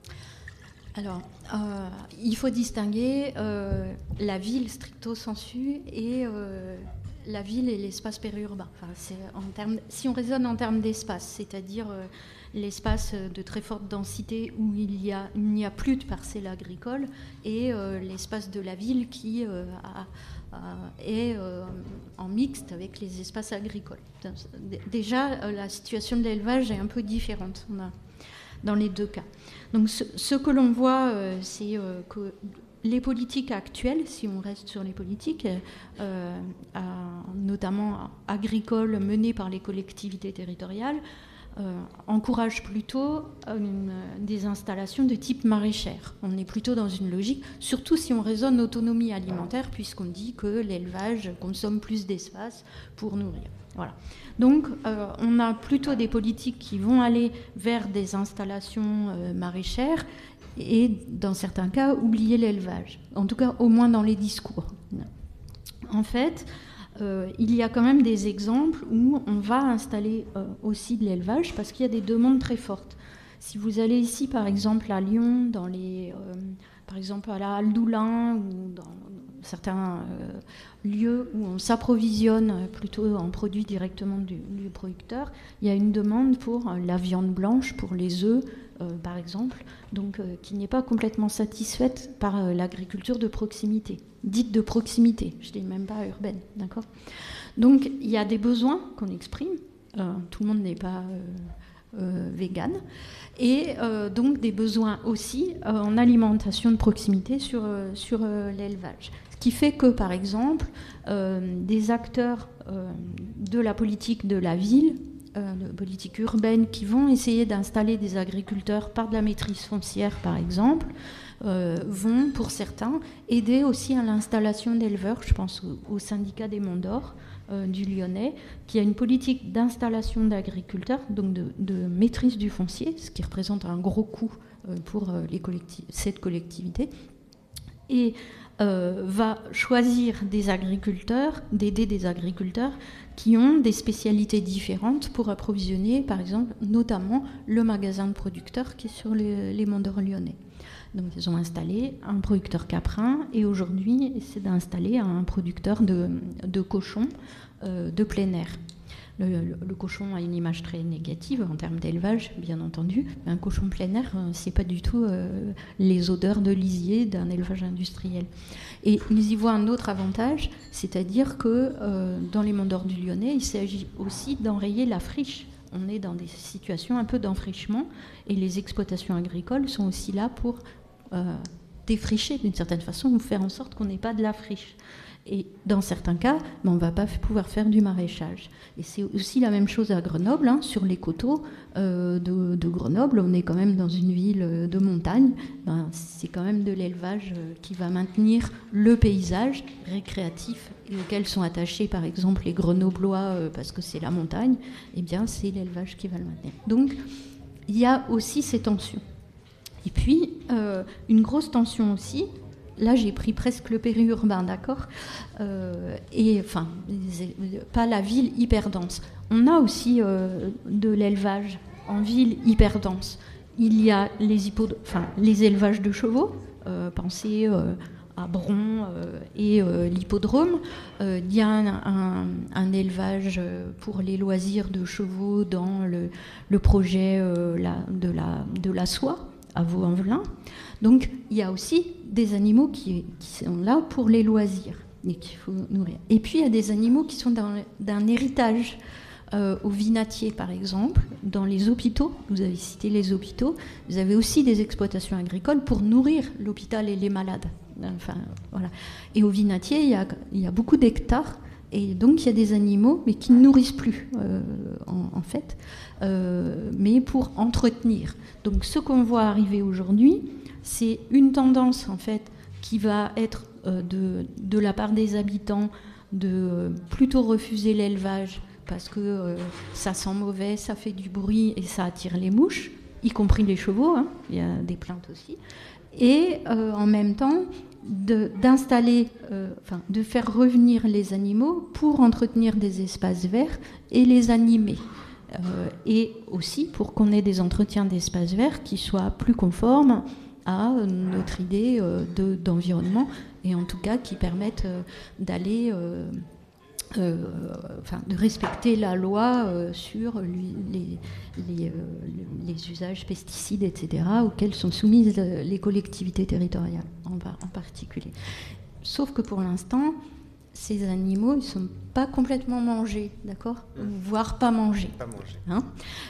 Alors, euh, il faut distinguer euh, la ville stricto sensu et euh, la ville et l'espace périurbain. Enfin, c'est en termes, si on raisonne en termes d'espace, c'est-à-dire euh, l'espace de très forte densité où il y a, il n'y a plus de parcelles agricoles et euh, l'espace de la ville qui euh, a, a, est euh, en mixte avec les espaces agricoles. Déjà, euh, la situation de l'élevage est un peu différente on a, dans les deux cas. Donc ce, ce que l'on voit, euh, c'est euh, que les politiques actuelles, si on reste sur les politiques, euh, à, notamment agricoles menées par les collectivités territoriales, euh, encouragent plutôt une, des installations de type maraîchère. On est plutôt dans une logique, surtout si on raisonne autonomie alimentaire, puisqu'on dit que l'élevage consomme plus d'espace pour nourrir. Voilà. Donc, euh, on a plutôt des politiques qui vont aller vers des installations euh, maraîchères et, dans certains cas, oublier l'élevage. En tout cas, au moins dans les discours. En fait, euh, il y a quand même des exemples où on va installer euh, aussi de l'élevage parce qu'il y a des demandes très fortes. Si vous allez ici, par exemple, à Lyon, dans les, euh, par exemple à la Halle d'Oulin ou dans certains euh, lieux où on s'approvisionne plutôt en produits directement du, du producteur, il y a une demande pour euh, la viande blanche, pour les œufs, euh, par exemple, donc euh, qui n'est pas complètement satisfaite par euh, l'agriculture de proximité, dite de proximité, je ne dis même pas urbaine, d'accord ? Donc il y a des besoins qu'on exprime, euh, tout le monde n'est pas euh, euh, vegan, et euh, donc des besoins aussi euh, en alimentation de proximité sur, euh, sur euh, l'élevage. Ce qui fait que, par exemple, euh, des acteurs euh, de la politique de la ville, euh, de politique urbaine, qui vont essayer d'installer des agriculteurs par de la maîtrise foncière, par exemple, euh, vont, pour certains, aider aussi à l'installation d'éleveurs. Je pense au, au syndicat des Monts d'Or euh, du Lyonnais, qui a une politique d'installation d'agriculteurs, donc de, de maîtrise du foncier, ce qui représente un gros coût euh, pour euh, les collectivités, cette collectivité. Et Euh, va choisir des agriculteurs, d'aider des agriculteurs qui ont des spécialités différentes pour approvisionner, par exemple, notamment le magasin de producteurs qui est sur les, les Monts d'Or lyonnais. Donc ils ont installé un producteur caprin et aujourd'hui c'est d'installer un producteur de, de cochons euh, de plein air. Le, le, le cochon a une image très négative en termes d'élevage, bien entendu. Un cochon plein air, c'est pas du tout euh, les odeurs de lisier d'un élevage industriel. Et ils y voient un autre avantage, c'est-à-dire que euh, dans les Monts d'Or du Lyonnais, il s'agit aussi d'enrayer la friche. On est dans des situations un peu d'enfrichement et les exploitations agricoles sont aussi là pour euh, défricher d'une certaine façon ou faire en sorte qu'on n'ait pas de la friche. Et dans certains cas, ben, on ne va pas pouvoir faire du maraîchage. Et c'est aussi la même chose à Grenoble, hein, sur les coteaux euh, de, de Grenoble. On est quand même dans une ville de montagne. Ben, c'est quand même de l'élevage qui va maintenir le paysage récréatif et auquel sont attachés, par exemple, les Grenoblois euh, parce que c'est la montagne. Eh bien, c'est l'élevage qui va le maintenir. Donc, il y a aussi ces tensions. Et puis, euh, une grosse tension aussi. Là, j'ai pris presque le périurbain, d'accord euh, Et enfin, pas la ville hyper dense. On a aussi euh, de l'élevage en ville hyper dense. Il y a les, hippod- enfin, les élevages de chevaux, euh, pensez euh, à Bron euh, et euh, l'hippodrome. Euh, il y a un, un, un élevage pour les loisirs de chevaux dans le, le projet euh, la, de, la, de la soie à Vaux-en-Velin. Donc, il y a aussi des animaux qui, qui sont là pour les loisirs et qu'il faut nourrir. Et puis, il y a des animaux qui sont dans, d'un héritage. Euh, au Vinatier, par exemple, dans les hôpitaux, vous avez cité les hôpitaux, vous avez aussi des exploitations agricoles pour nourrir l'hôpital et les malades. Enfin, voilà. Et au Vinatier, il y a, il y a beaucoup d'hectares, et donc il y a des animaux, mais qui ne nourrissent plus, euh, en, en fait, euh, mais pour entretenir. Donc, ce qu'on voit arriver aujourd'hui, c'est une tendance, en fait, qui va être euh, de, de la part des habitants de euh, plutôt refuser l'élevage parce que euh, ça sent mauvais, ça fait du bruit et ça attire les mouches, y compris les chevaux, hein, il y a des plaintes aussi, et euh, en même temps de, d'installer, euh, enfin, de faire revenir les animaux pour entretenir des espaces verts et les animer. euh, et aussi pour qu'on ait des entretiens d'espaces verts qui soient plus conformes à notre idée euh, de, d'environnement, et en tout cas qui permettent euh, d'aller... Euh, Euh, enfin, de respecter la loi euh, sur lui, les, les, euh, les usages pesticides, et cetera, auxquels sont soumises les collectivités territoriales en, en particulier. Sauf que pour l'instant, ces animaux, ils ne sont pas complètement mangés, d'accord ? Voire pas mangés. Pas mangés. Hein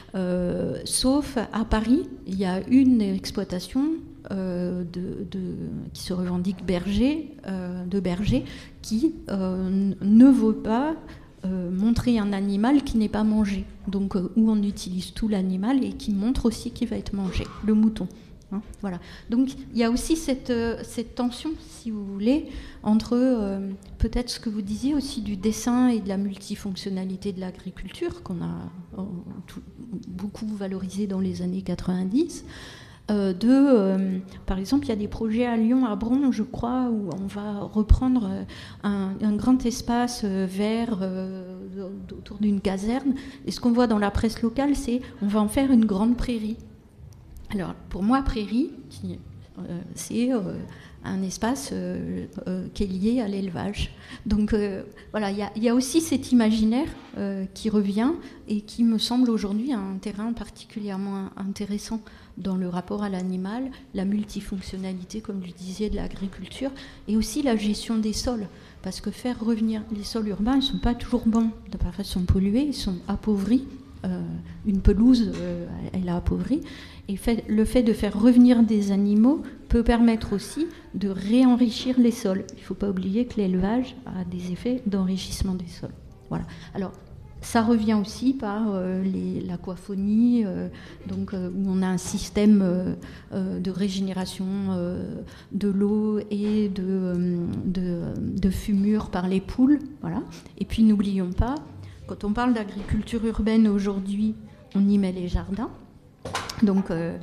euh, sauf à Paris, il y a une exploitation euh, de, de, qui se revendique berger, euh, de berger, qui euh, ne veut pas euh, montrer un animal qui n'est pas mangé. Donc euh, où on utilise tout l'animal et qui montre aussi qu'il va être mangé, le mouton. Hein, voilà. Donc il y a aussi cette, euh, cette tension, si vous voulez, entre euh, peut-être ce que vous disiez aussi du dessin et de la multifonctionnalité de l'agriculture, qu'on a euh, tout, beaucoup valorisé dans les années quatre-vingt-dix. Euh, de, euh, par exemple, il y a des projets à Lyon, à Bron, je crois, où on va reprendre un, un grand espace euh, vert euh, autour d'une caserne. Et ce qu'on voit dans la presse locale, c'est on va en faire une grande prairie. Alors, pour moi, prairie, euh, c'est euh, un espace euh, euh, qui est lié à l'élevage. Donc, euh, voilà, il y, y a aussi cet imaginaire euh, qui revient et qui me semble aujourd'hui un terrain particulièrement intéressant dans le rapport à l'animal, la multifonctionnalité, comme je disais, de l'agriculture, et aussi la gestion des sols. Parce que faire revenir les sols urbains, ils ne sont pas toujours bons. Parfois, ils sont pollués, ils sont appauvris. Euh, une pelouse, euh, elle a appauvri. Et fait, le fait de faire revenir des animaux peut permettre aussi de réenrichir les sols. Il ne faut pas oublier que l'élevage a des effets d'enrichissement des sols. Voilà. Alors, ça revient aussi par euh, les, l'aquaphonie, euh, donc, euh, où on a un système euh, euh, de régénération euh, de l'eau et de, euh, de, de fumure par les poules. Voilà. Et puis, n'oublions pas, quand on parle d'agriculture urbaine aujourd'hui, on y met les jardins. Donc, euh,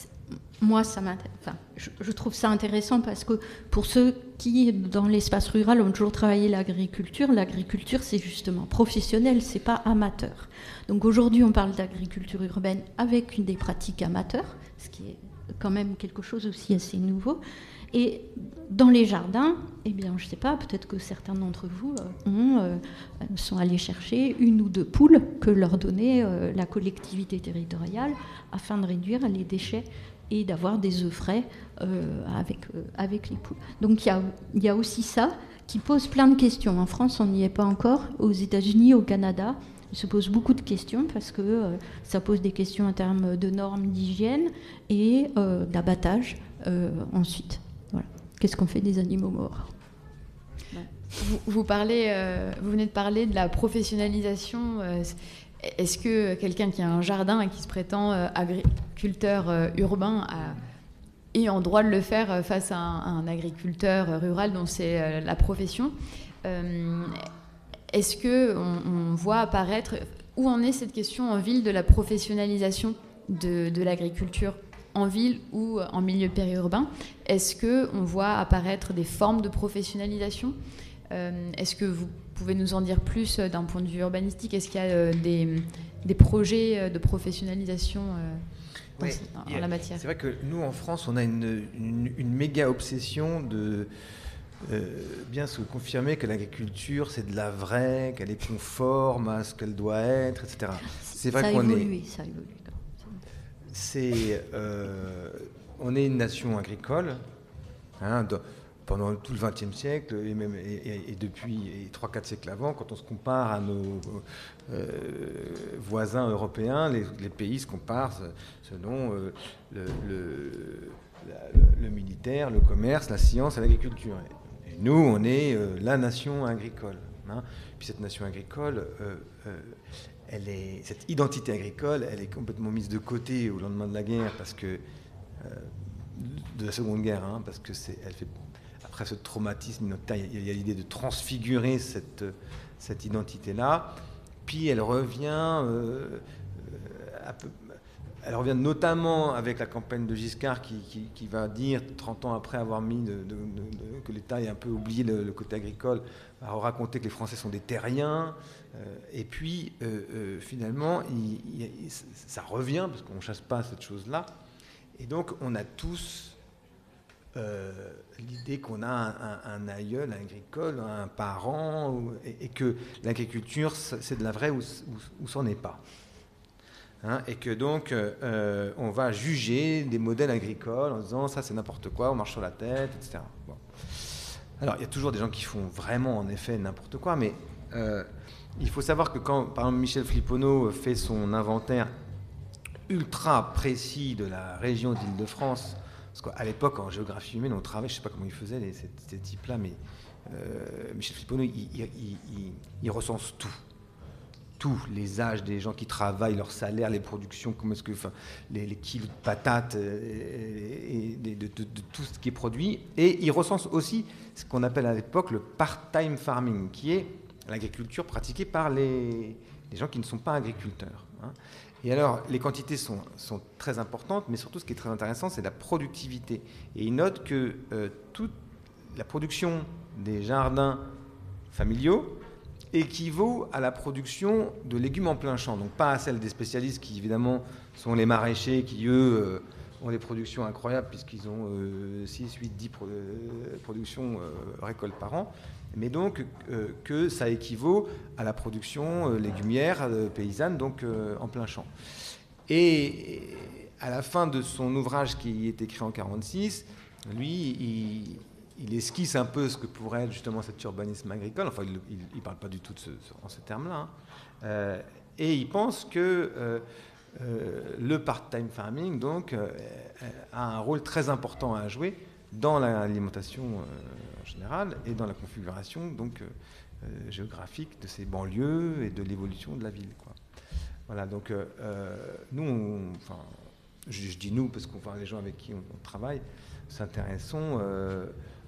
moi, ça enfin, je, je trouve ça intéressant parce que pour ceux qui, dans l'espace rural, ont toujours travaillé l'agriculture, l'agriculture, c'est justement professionnel, c'est pas amateur. Donc aujourd'hui, on parle d'agriculture urbaine avec une des pratiques amateurs, ce qui est quand même quelque chose aussi assez nouveau. Et dans les jardins, eh bien, je ne sais pas, peut-être que certains d'entre vous euh, ont, euh, sont allés chercher une ou deux poules que leur donnait euh, la collectivité territoriale afin de réduire les déchets et d'avoir des œufs frais euh, avec, euh, avec les poules. Donc il y a, y a aussi ça qui pose plein de questions. En France, on n'y est pas encore. Aux États-Unis, au Canada, il se pose beaucoup de questions parce que euh, ça pose des questions en termes de normes d'hygiène et euh, d'abattage euh, ensuite. Voilà. Qu'est-ce qu'on fait des animaux morts ? Vous, vous, parlez, euh, vous venez de parler de la professionnalisation. Euh, est-ce que quelqu'un qui a un jardin et qui se prétend euh, agriculteur euh, urbain a, est en droit de le faire euh, face à un, à un agriculteur euh, rural dont c'est euh, la profession ? euh, Est-ce qu'on on voit apparaître, où en est cette question en ville de la professionnalisation de, de l'agriculture ? En ville ou en milieu périurbain, est-ce qu'on voit apparaître des formes de professionnalisation ? euh, Est-ce que vous pouvez nous en dire plus d'un point de vue urbanistique ? Est-ce qu'il y a euh, des, des projets de professionnalisation euh, oui, en, en la matière ? C'est vrai que nous, en France, on a une, une, une méga obsession de euh, bien se confirmer que l'agriculture, c'est de la vraie, qu'elle est conforme à ce qu'elle doit être, et cetera. C'est vrai ça qu'on évolue, est... ça évolue. C'est, euh, on est une nation agricole, hein, de, pendant tout le vingtième siècle et, même, et, et, et depuis trois quatre siècles avant, quand on se compare à nos euh, voisins européens, les, les pays se comparent selon euh, le, le, la, le militaire, le commerce, la science et l'agriculture. Et, et nous, on est euh, la nation agricole. Hein. Puis cette nation agricole... Euh, euh, Elle est, cette identité agricole, elle est complètement mise de côté au lendemain de la guerre, parce que euh, de la Seconde Guerre, hein, parce que c'est, elle fait après ce traumatisme, il y a l'idée de transfigurer cette cette identité-là. Puis elle revient euh, à peu, elle revient notamment avec la campagne de Giscard qui, qui, qui va dire, trente ans après avoir mis de, de, de, de, que l'État ait un peu oublié le, le côté agricole, va raconter que les Français sont des terriens. Euh, et puis, euh, euh, finalement, il, il, ça revient, parce qu'on ne chasse pas cette chose-là. Et donc, on a tous euh, l'idée qu'on a un, un, un aïeul agricole, un parent, ou, et, et que l'agriculture, c'est de la vraie ou, ou, ou c'en est pas. Hein, et que donc, euh, on va juger des modèles agricoles en disant ça c'est n'importe quoi, on marche sur la tête, et cetera. Bon. Alors, il y a toujours des gens qui font vraiment, en effet, n'importe quoi, mais euh, il faut savoir que quand, par exemple, Michel Fliponneau fait son inventaire ultra précis de la région d'Île-de-France, parce qu'à l'époque, en géographie humaine, on travaillait, je ne sais pas comment ils faisaient, les, ces, ces types-là, mais euh, Michel Fliponneau, il, il, il, il, il recense tout. Tous les âges des gens qui travaillent, leur salaire, les productions, comment est-ce que, enfin, les, les kilos de patates et, et de, de, de, de tout ce qui est produit. Et il recense aussi ce qu'on appelle à l'époque le part-time farming, qui est l'agriculture pratiquée par les, les gens qui ne sont pas agriculteurs. Hein. Et alors, les quantités sont, sont très importantes, mais surtout ce qui est très intéressant, c'est la productivité. Et il note que euh, toute la production des jardins familiaux équivaut à la production de légumes en plein champ, donc pas à celle des spécialistes qui évidemment sont les maraîchers qui eux euh, ont des productions incroyables puisqu'ils ont euh, six, huit, dix pro- euh, productions euh, récoltes par an, mais donc euh, que ça équivaut à la production euh, légumière euh, paysanne, donc euh, en plein champ. Et à la fin de son ouvrage qui est écrit en quarante-six, lui, il Il esquisse un peu ce que pourrait être justement cet urbanisme agricole. Enfin, il ne parle pas du tout de ce, en ces termes-là. Hein. Euh, et il pense que euh, euh, le part-time farming donc, euh, a un rôle très important à jouer dans l'alimentation euh, en général et dans la configuration donc, euh, géographique de ces banlieues et de l'évolution de la ville. Quoi. Voilà, donc euh, nous, on, enfin, je, je dis nous parce que enfin, les gens avec qui on, on travaille s'intéressons euh,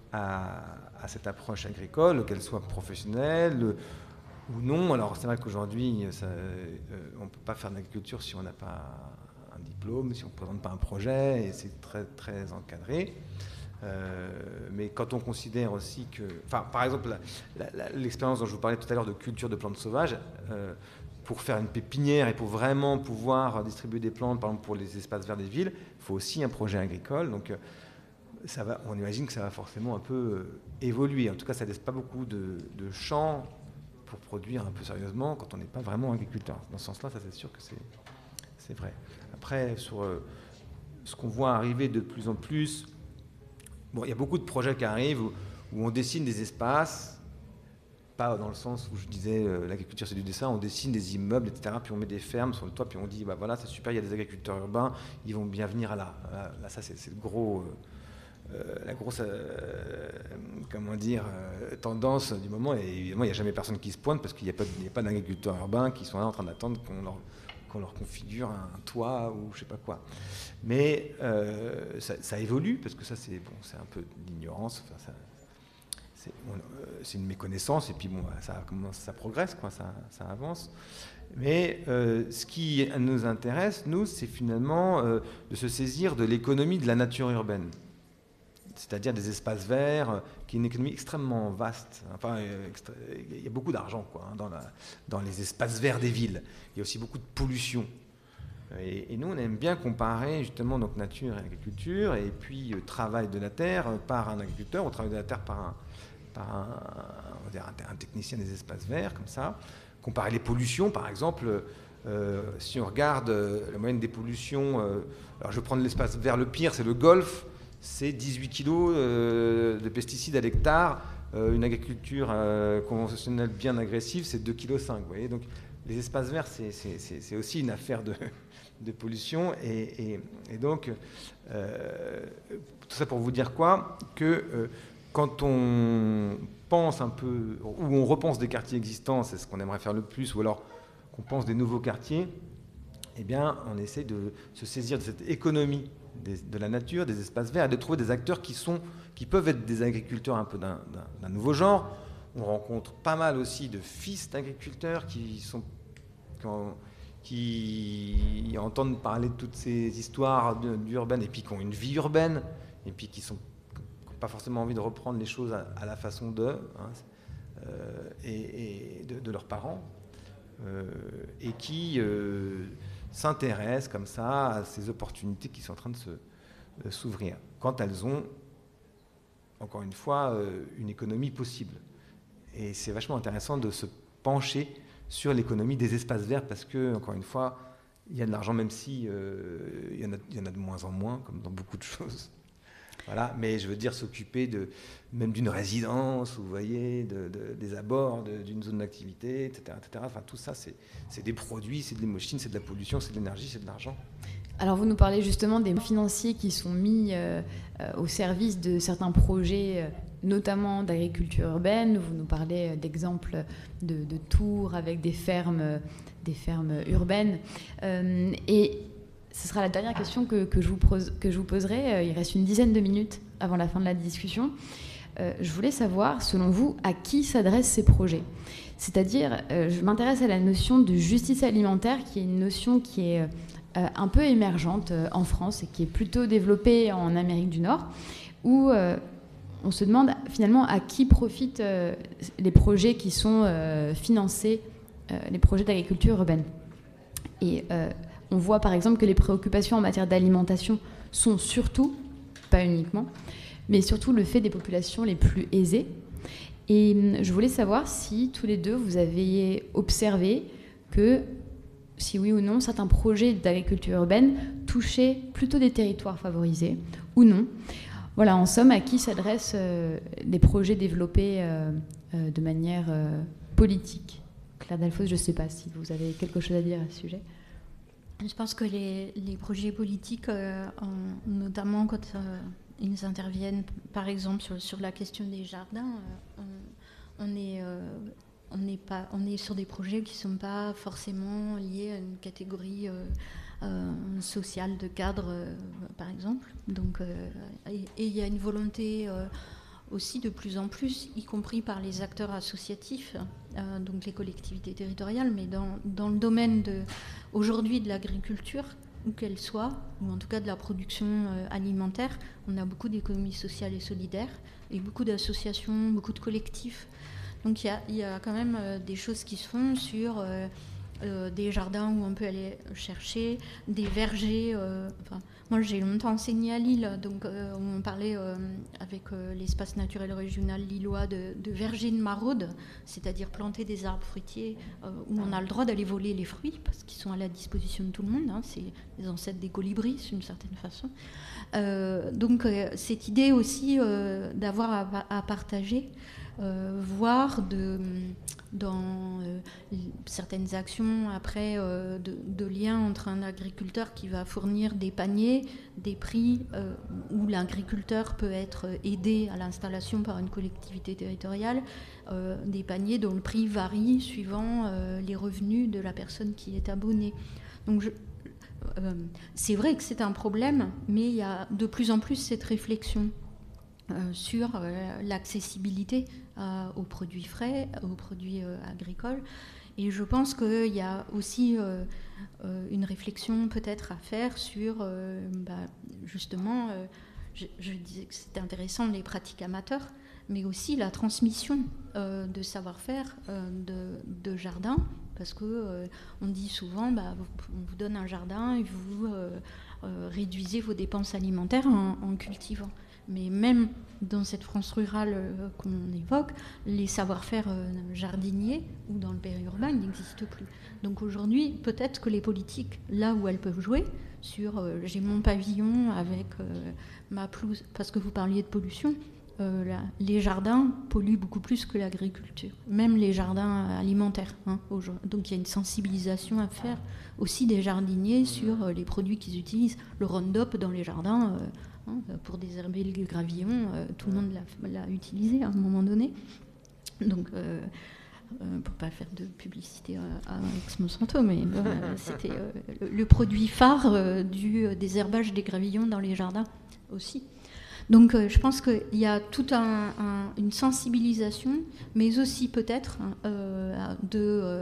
À, à cette approche agricole, qu'elle soit professionnelle euh, ou non. Alors c'est vrai qu'aujourd'hui, ça, euh, on ne peut pas faire d'agriculture si on n'a pas un diplôme, si on ne présente pas un projet, et c'est très, très encadré. Euh, mais quand on considère aussi que... Enfin, par exemple, la, la, l'expérience dont je vous parlais tout à l'heure de culture de plantes sauvages, euh, pour faire une pépinière et pour vraiment pouvoir distribuer des plantes, par exemple pour les espaces verts des villes, il faut aussi un projet agricole. Donc, ça va, on imagine que ça va forcément un peu euh, évoluer. En tout cas, ça ne laisse pas beaucoup de, de champs pour produire un peu sérieusement quand on n'est pas vraiment agriculteur. Dans ce sens-là, ça c'est sûr que c'est, c'est vrai. Après, sur euh, ce qu'on voit arriver de plus en plus, bon, il y a beaucoup de projets qui arrivent où, où on dessine des espaces, pas dans le sens où je disais euh, l'agriculture c'est du dessin, on dessine des immeubles, et cetera, puis on met des fermes sur le toit, puis on dit, bah voilà, c'est super, il y a des agriculteurs urbains, ils vont bien venir à là. Là, là ça c'est, c'est le gros... Euh, Euh, la grosse euh, comment dire, euh, tendance du moment, et évidemment il n'y a jamais personne qui se pointe parce qu'il n'y a pas, il n'y a pas d'agriculteurs urbains qui sont là en train d'attendre qu'on leur, qu'on leur configure un toit ou je sais pas quoi. Mais euh, ça, ça évolue parce que ça c'est, bon, c'est un peu d'ignorance, enfin, ça, c'est, on, euh, c'est une méconnaissance et puis bon, ça, ça progresse, quoi, ça, ça avance. Mais euh, ce qui nous intéresse, nous, c'est finalement euh, de se saisir de l'économie de la nature urbaine. C'est-à-dire des espaces verts, qui est une économie extrêmement vaste. Enfin, extra... il y a beaucoup d'argent quoi, hein, dans, la... dans les espaces verts des villes. Il y a aussi beaucoup de pollution. Et, et nous, on aime bien comparer justement donc, nature et agriculture, et puis euh, travail de la terre par un agriculteur, ou travail de la terre par un, par un, on va dire un, un technicien des espaces verts, comme ça. Comparer les pollutions, par exemple, euh, si on regarde euh, la moyenne des pollutions, euh, alors je vais prendre l'espace vert le pire, c'est le Golfe. C'est dix-huit kilos euh, de pesticides à l'hectare. Euh, une agriculture euh, conventionnelle bien agressive, c'est deux virgule cinq kilos. Vous voyez, donc, les espaces verts, c'est, c'est, c'est, c'est aussi une affaire de, de pollution. Et, et, et donc, euh, tout ça pour vous dire quoi ? Que euh, quand on pense un peu, ou on repense des quartiers existants, c'est ce qu'on aimerait faire le plus, ou alors qu'on pense des nouveaux quartiers, eh bien, on essaie de se saisir de cette économie Des, de la nature, des espaces verts, et de trouver des acteurs qui, sont, qui peuvent être des agriculteurs un peu d'un, d'un, d'un nouveau genre. On rencontre pas mal aussi de fils d'agriculteurs qui, sont, qui, ont, qui entendent parler de toutes ces histoires d'urbaine et puis qui ont une vie urbaine et puis qui sont pas forcément envie de reprendre les choses à, à la façon d'eux hein, euh, et, et de, de leurs parents euh, et qui euh, s'intéressent comme ça à ces opportunités qui sont en train de se, de s'ouvrir quand elles ont encore une fois euh, une économie possible. Et c'est vachement intéressant de se pencher sur l'économie des espaces verts parce que encore une fois il y a de l'argent même si euh, il y en a, il y en a de moins en moins comme dans beaucoup de choses. Voilà, mais je veux dire s'occuper de, même d'une résidence, vous voyez, de, de, des abords, de, d'une zone d'activité, et cetera, et cetera. Enfin, tout ça, c'est, c'est des produits, c'est de l'émotion, c'est de la pollution, c'est de l'énergie, c'est de l'argent. Alors, vous nous parlez justement des financiers qui sont mis euh, euh, au service de certains projets, euh, notamment d'agriculture urbaine. Vous nous parlez d'exemples de, de tours avec des fermes, euh, des fermes urbaines. Euh, et ce sera la dernière question que, que, je, vous pose, que je vous poserai. Il reste une dizaine de minutes avant la fin de la discussion. Euh, je voulais savoir, selon vous, à qui s'adressent ces projets ? C'est-à-dire, euh, je m'intéresse à la notion de justice alimentaire, qui est une notion qui est euh, un peu émergente euh, en France et qui est plutôt développée en Amérique du Nord, où euh, on se demande finalement à qui profitent euh, les projets qui sont euh, financés, euh, les projets d'agriculture urbaine. Et euh, on voit par exemple que les préoccupations en matière d'alimentation sont surtout, pas uniquement, mais surtout le fait des populations les plus aisées. Et je voulais savoir si tous les deux vous avez observé que, si oui ou non, certains projets d'agriculture urbaine touchaient plutôt des territoires favorisés ou non. Voilà, en somme, à qui s'adressent euh, les projets développés euh, euh, de manière euh, politique. Claire Dalfoz, je ne sais pas si vous avez quelque chose à dire à ce sujet. Je pense que les, les projets politiques, euh, en, notamment quand euh, ils interviennent, par exemple, sur, sur la question des jardins, euh, on, on, est, euh, on, est pas, on est sur des projets qui ne sont pas forcément liés à une catégorie euh, euh, sociale de cadre, euh, par exemple. Donc, euh, et il y a une volonté euh, aussi de plus en plus, y compris par les acteurs associatifs, euh, donc les collectivités territoriales, mais dans, dans le domaine de, aujourd'hui de l'agriculture, où qu'elle soit, ou en tout cas de la production euh, alimentaire, on a beaucoup d'économies sociales et solidaires, et beaucoup d'associations, beaucoup de collectifs. Donc il y a, y a quand même euh, des choses qui se font sur euh, euh, des jardins où on peut aller chercher, des vergers. Euh, enfin, moi j'ai longtemps enseigné à Lille, donc euh, on parlait euh, avec euh, l'espace naturel régional lillois de, de vergers de maraude, c'est-à-dire planter des arbres fruitiers euh, où on a le droit d'aller voler les fruits parce qu'ils sont à la disposition de tout le monde. Hein, c'est les ancêtres des colibris d'une certaine façon. Euh, donc euh, cette idée aussi euh, d'avoir à, à partager. Euh, voire de, dans euh, certaines actions après euh, de, de lien entre un agriculteur qui va fournir des paniers, des prix euh, où l'agriculteur peut être aidé à l'installation par une collectivité territoriale, euh, des paniers dont le prix varie suivant euh, les revenus de la personne qui est abonnée. Donc je, euh, c'est vrai que c'est un problème, mais il y a de plus en plus cette réflexion Euh, sur euh, l'accessibilité euh, aux produits frais, aux produits euh, agricoles. Et je pense qu'il y a aussi euh, euh, une réflexion peut-être à faire sur, euh, bah, justement, euh, je, je disais que c'était intéressant les pratiques amateurs, mais aussi la transmission euh, de savoir-faire euh, de, de jardin, parce qu'on euh, dit souvent, bah, on vous donne un jardin et vous euh, euh, réduisez vos dépenses alimentaires en, en cultivant. Mais même dans cette France rurale euh, qu'on évoque, les savoir-faire euh, jardiniers ou dans le périurbain n'existent plus. Donc aujourd'hui, peut-être que les politiques, là où elles peuvent jouer, sur euh, j'ai mon pavillon avec euh, ma pelouse, parce que vous parliez de pollution, euh, là, les jardins polluent beaucoup plus que l'agriculture, même les jardins alimentaires. Hein, donc il y a une sensibilisation à faire aussi des jardiniers sur euh, les produits qu'ils utilisent. Le Roundup dans les jardins... Euh, pour désherber le gravillon, euh, tout le monde l'a, l'a utilisé à un moment donné. Donc, euh, euh, pour ne pas faire de publicité à, à Aix-Monsanto, mais euh, c'était euh, le, le produit phare euh, du euh, désherbage des gravillons dans les jardins aussi. Donc, euh, je pense qu'il y a toute un, un, une sensibilisation, mais aussi peut-être euh, de... Euh,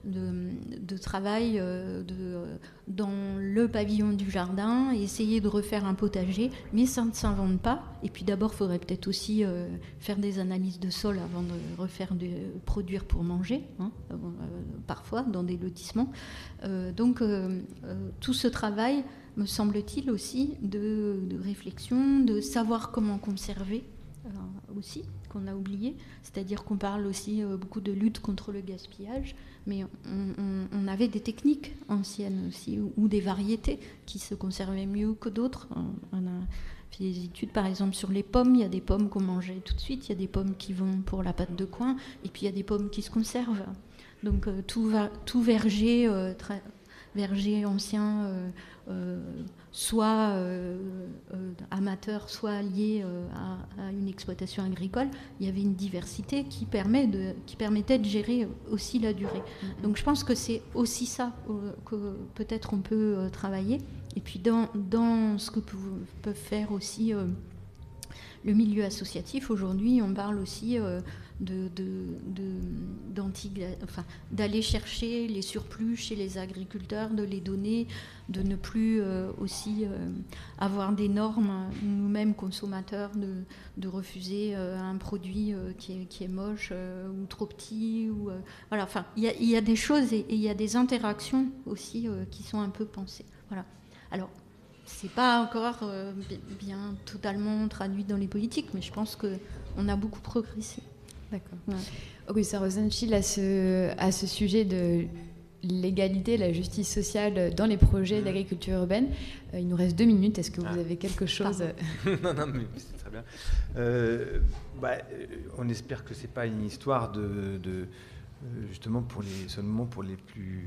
de, de travail euh, de, dans le pavillon du jardin, essayer de refaire un potager, mais ça ne s'invente pas. Et puis d'abord, il faudrait peut-être aussi euh, faire des analyses de sol avant de refaire de produire pour manger, hein, euh, parfois dans des lotissements. Euh, donc euh, euh, tout ce travail, me semble-t-il aussi, de, de réflexion, de savoir comment conserver euh, aussi, qu'on a oublié. C'est-à-dire qu'on parle aussi euh, beaucoup de lutte contre le gaspillage, mais on, on, on avait des techniques anciennes aussi, ou, ou des variétés qui se conservaient mieux que d'autres. On, on a fait des études, par exemple, sur les pommes. Il y a des pommes qu'on mangeait tout de suite, il y a des pommes qui vont pour la pâte de coin, et puis il y a des pommes qui se conservent. Donc euh, tout, va, tout verger, euh, très, verger ancien, euh, euh, soit euh, euh, amateur, soit lié euh, à, à une exploitation agricole, il y avait une diversité qui, permet de, qui permettait de gérer aussi la durée. Mm-hmm. Donc je pense que c'est aussi ça euh, que peut-être on peut euh, travailler. Et puis dans, dans ce que peuvent, peuvent faire aussi euh, le milieu associatif, aujourd'hui on parle aussi euh, de, de, de, enfin, d'aller chercher les surplus chez les agriculteurs, de les donner, de ne plus euh, aussi euh, avoir des normes, nous-mêmes consommateurs, de, de refuser euh, un produit euh, qui, est, qui est moche euh, ou trop petit. Ou, euh, voilà, enfin, il y, y a des choses et il y a des interactions aussi euh, qui sont un peu pensées. Voilà. Alors, c'est pas encore euh, bien totalement traduit dans les politiques, mais je pense qu'on a beaucoup progressé. D'accord. Ouais. Augustin Rosenstiel, à ce, à ce sujet de l'égalité, la justice sociale dans les projets d'agriculture urbaine, euh, il nous reste deux minutes. Est-ce que vous ah. avez quelque chose Non, non, mais c'est très bien. Euh, bah, on espère que c'est pas une histoire de, de justement pour les seulement pour les plus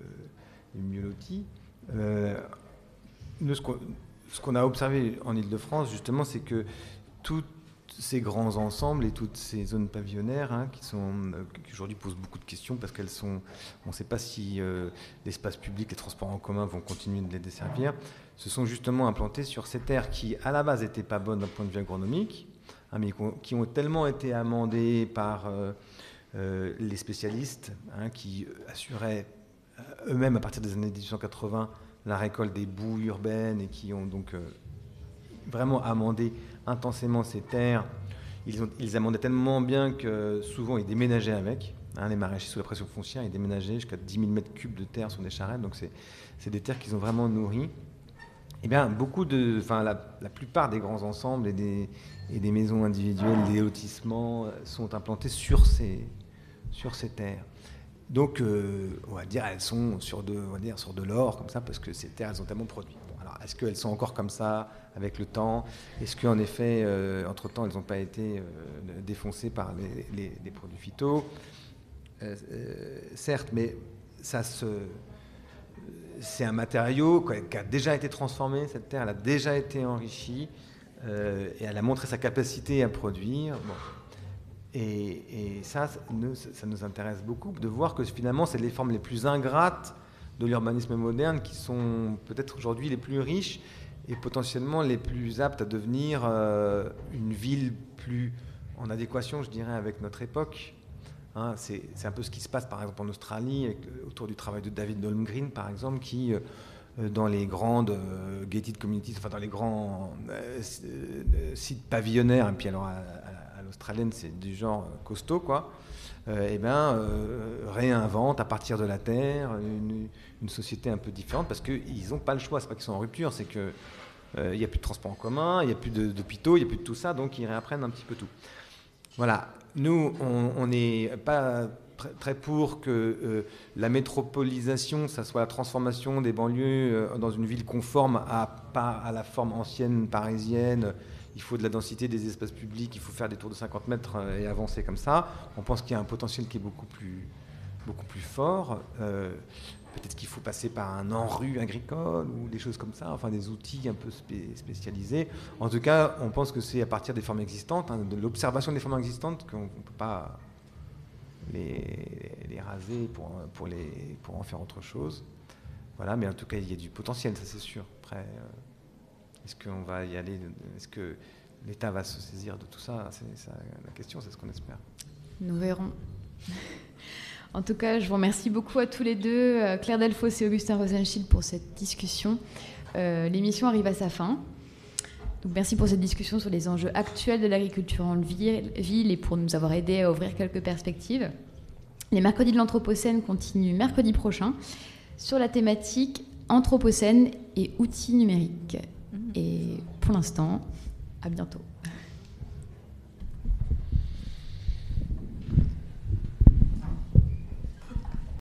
euh, les mieux lotis. Euh, nous, ce qu'on, ce qu'on a observé en Île-de-France, justement, c'est que toutes ces grands ensembles et toutes ces zones pavillonnaires hein, qui, sont, euh, qui aujourd'hui posent beaucoup de questions parce qu'elles sont, on ne sait pas si euh, l'espace public, les transports en commun vont continuer de les desservir, se sont justement implantés sur ces terres qui, à la base, n'étaient pas bonnes d'un point de vue agronomique, hein, mais qui ont tellement été amendées par euh, euh, les spécialistes hein, qui assuraient eux-mêmes, à partir des années dix-huit cent quatre-vingts, la récolte des boues urbaines et qui ont donc euh, vraiment amendé intensément ces terres. Ils, ont, ils amendaient tellement bien que souvent ils déménageaient avec. Hein, les maraîchers sous la pression foncière, ils déménageaient jusqu'à dix mille mètres cubes de terre sur des charrettes. Donc c'est, c'est des terres qu'ils ont vraiment nourries. Eh bien, beaucoup de, enfin la, la plupart des grands ensembles et des, et des maisons individuelles, des lotissements sont implantés sur ces, sur ces terres. Donc, euh, on va dire, elles sont sur de, on va dire, sur de l'or, comme ça, parce que ces terres, elles ont tellement produit. Bon, alors, est-ce qu'elles sont encore comme ça avec le temps ? Est-ce qu'en effet, euh, entre-temps, elles n'ont pas été euh, défoncées par les, les, les produits phyto ? euh, euh, Certes, mais ça se, c'est un matériau qui a déjà été transformé, cette terre, elle a déjà été enrichie, euh, et elle a montré sa capacité à produire. Bon. Et, et ça, ça nous, ça nous intéresse beaucoup de voir que finalement, c'est les formes les plus ingrates de l'urbanisme moderne qui sont peut-être aujourd'hui les plus riches et potentiellement les plus aptes à devenir euh, une ville plus en adéquation, je dirais, avec notre époque. Hein, c'est, c'est un peu ce qui se passe, par exemple, en Australie, avec, autour du travail de David Holmgren, par exemple, qui, euh, dans les grandes euh, gated communities, enfin dans les grands euh, sites pavillonnaires, et puis alors à, à australienne, c'est du genre costaud, quoi, euh, et ben, euh, réinvente à partir de la terre une, une société un peu différente parce qu'ils n'ont pas le choix. C'est pas qu'ils sont en rupture, c'est qu'il euh, n'y a plus de transport en commun, il n'y a plus de, d'hôpitaux, il n'y a plus de tout ça, donc ils réapprennent un petit peu tout. Voilà. Nous, on n'est pas très pour que euh, la métropolisation, ça soit la transformation des banlieues euh, dans une ville conforme à, pas à la forme ancienne parisienne. Il faut de la densité des espaces publics, il faut faire des tours de cinquante mètres et avancer comme ça. On pense qu'il y a un potentiel qui est beaucoup plus, beaucoup plus fort. Euh, peut-être qu'il faut passer par un en-rue agricole ou des choses comme ça, enfin des outils un peu spé- spécialisés. En tout cas, on pense que c'est à partir des formes existantes, hein, de l'observation des formes existantes, qu'on ne peut pas les, les raser pour, pour, les, pour en faire autre chose. Voilà, mais en tout cas, il y a du potentiel, ça c'est sûr. Après, euh, est-ce qu'on va y aller ? Est-ce que l'État va se saisir de tout ça ? C'est ça la question, c'est ce qu'on espère. Nous verrons. En tout cas, je vous remercie beaucoup à tous les deux, Claire Delphos et Augustin Rosenschild, pour cette discussion. Euh, l'émission arrive à sa fin. Donc, merci pour cette discussion sur les enjeux actuels de l'agriculture en ville et pour nous avoir aidés à ouvrir quelques perspectives. Les mercredis de l'Anthropocène continuent mercredi prochain sur la thématique Anthropocène et outils numériques. Et pour l'instant, à bientôt.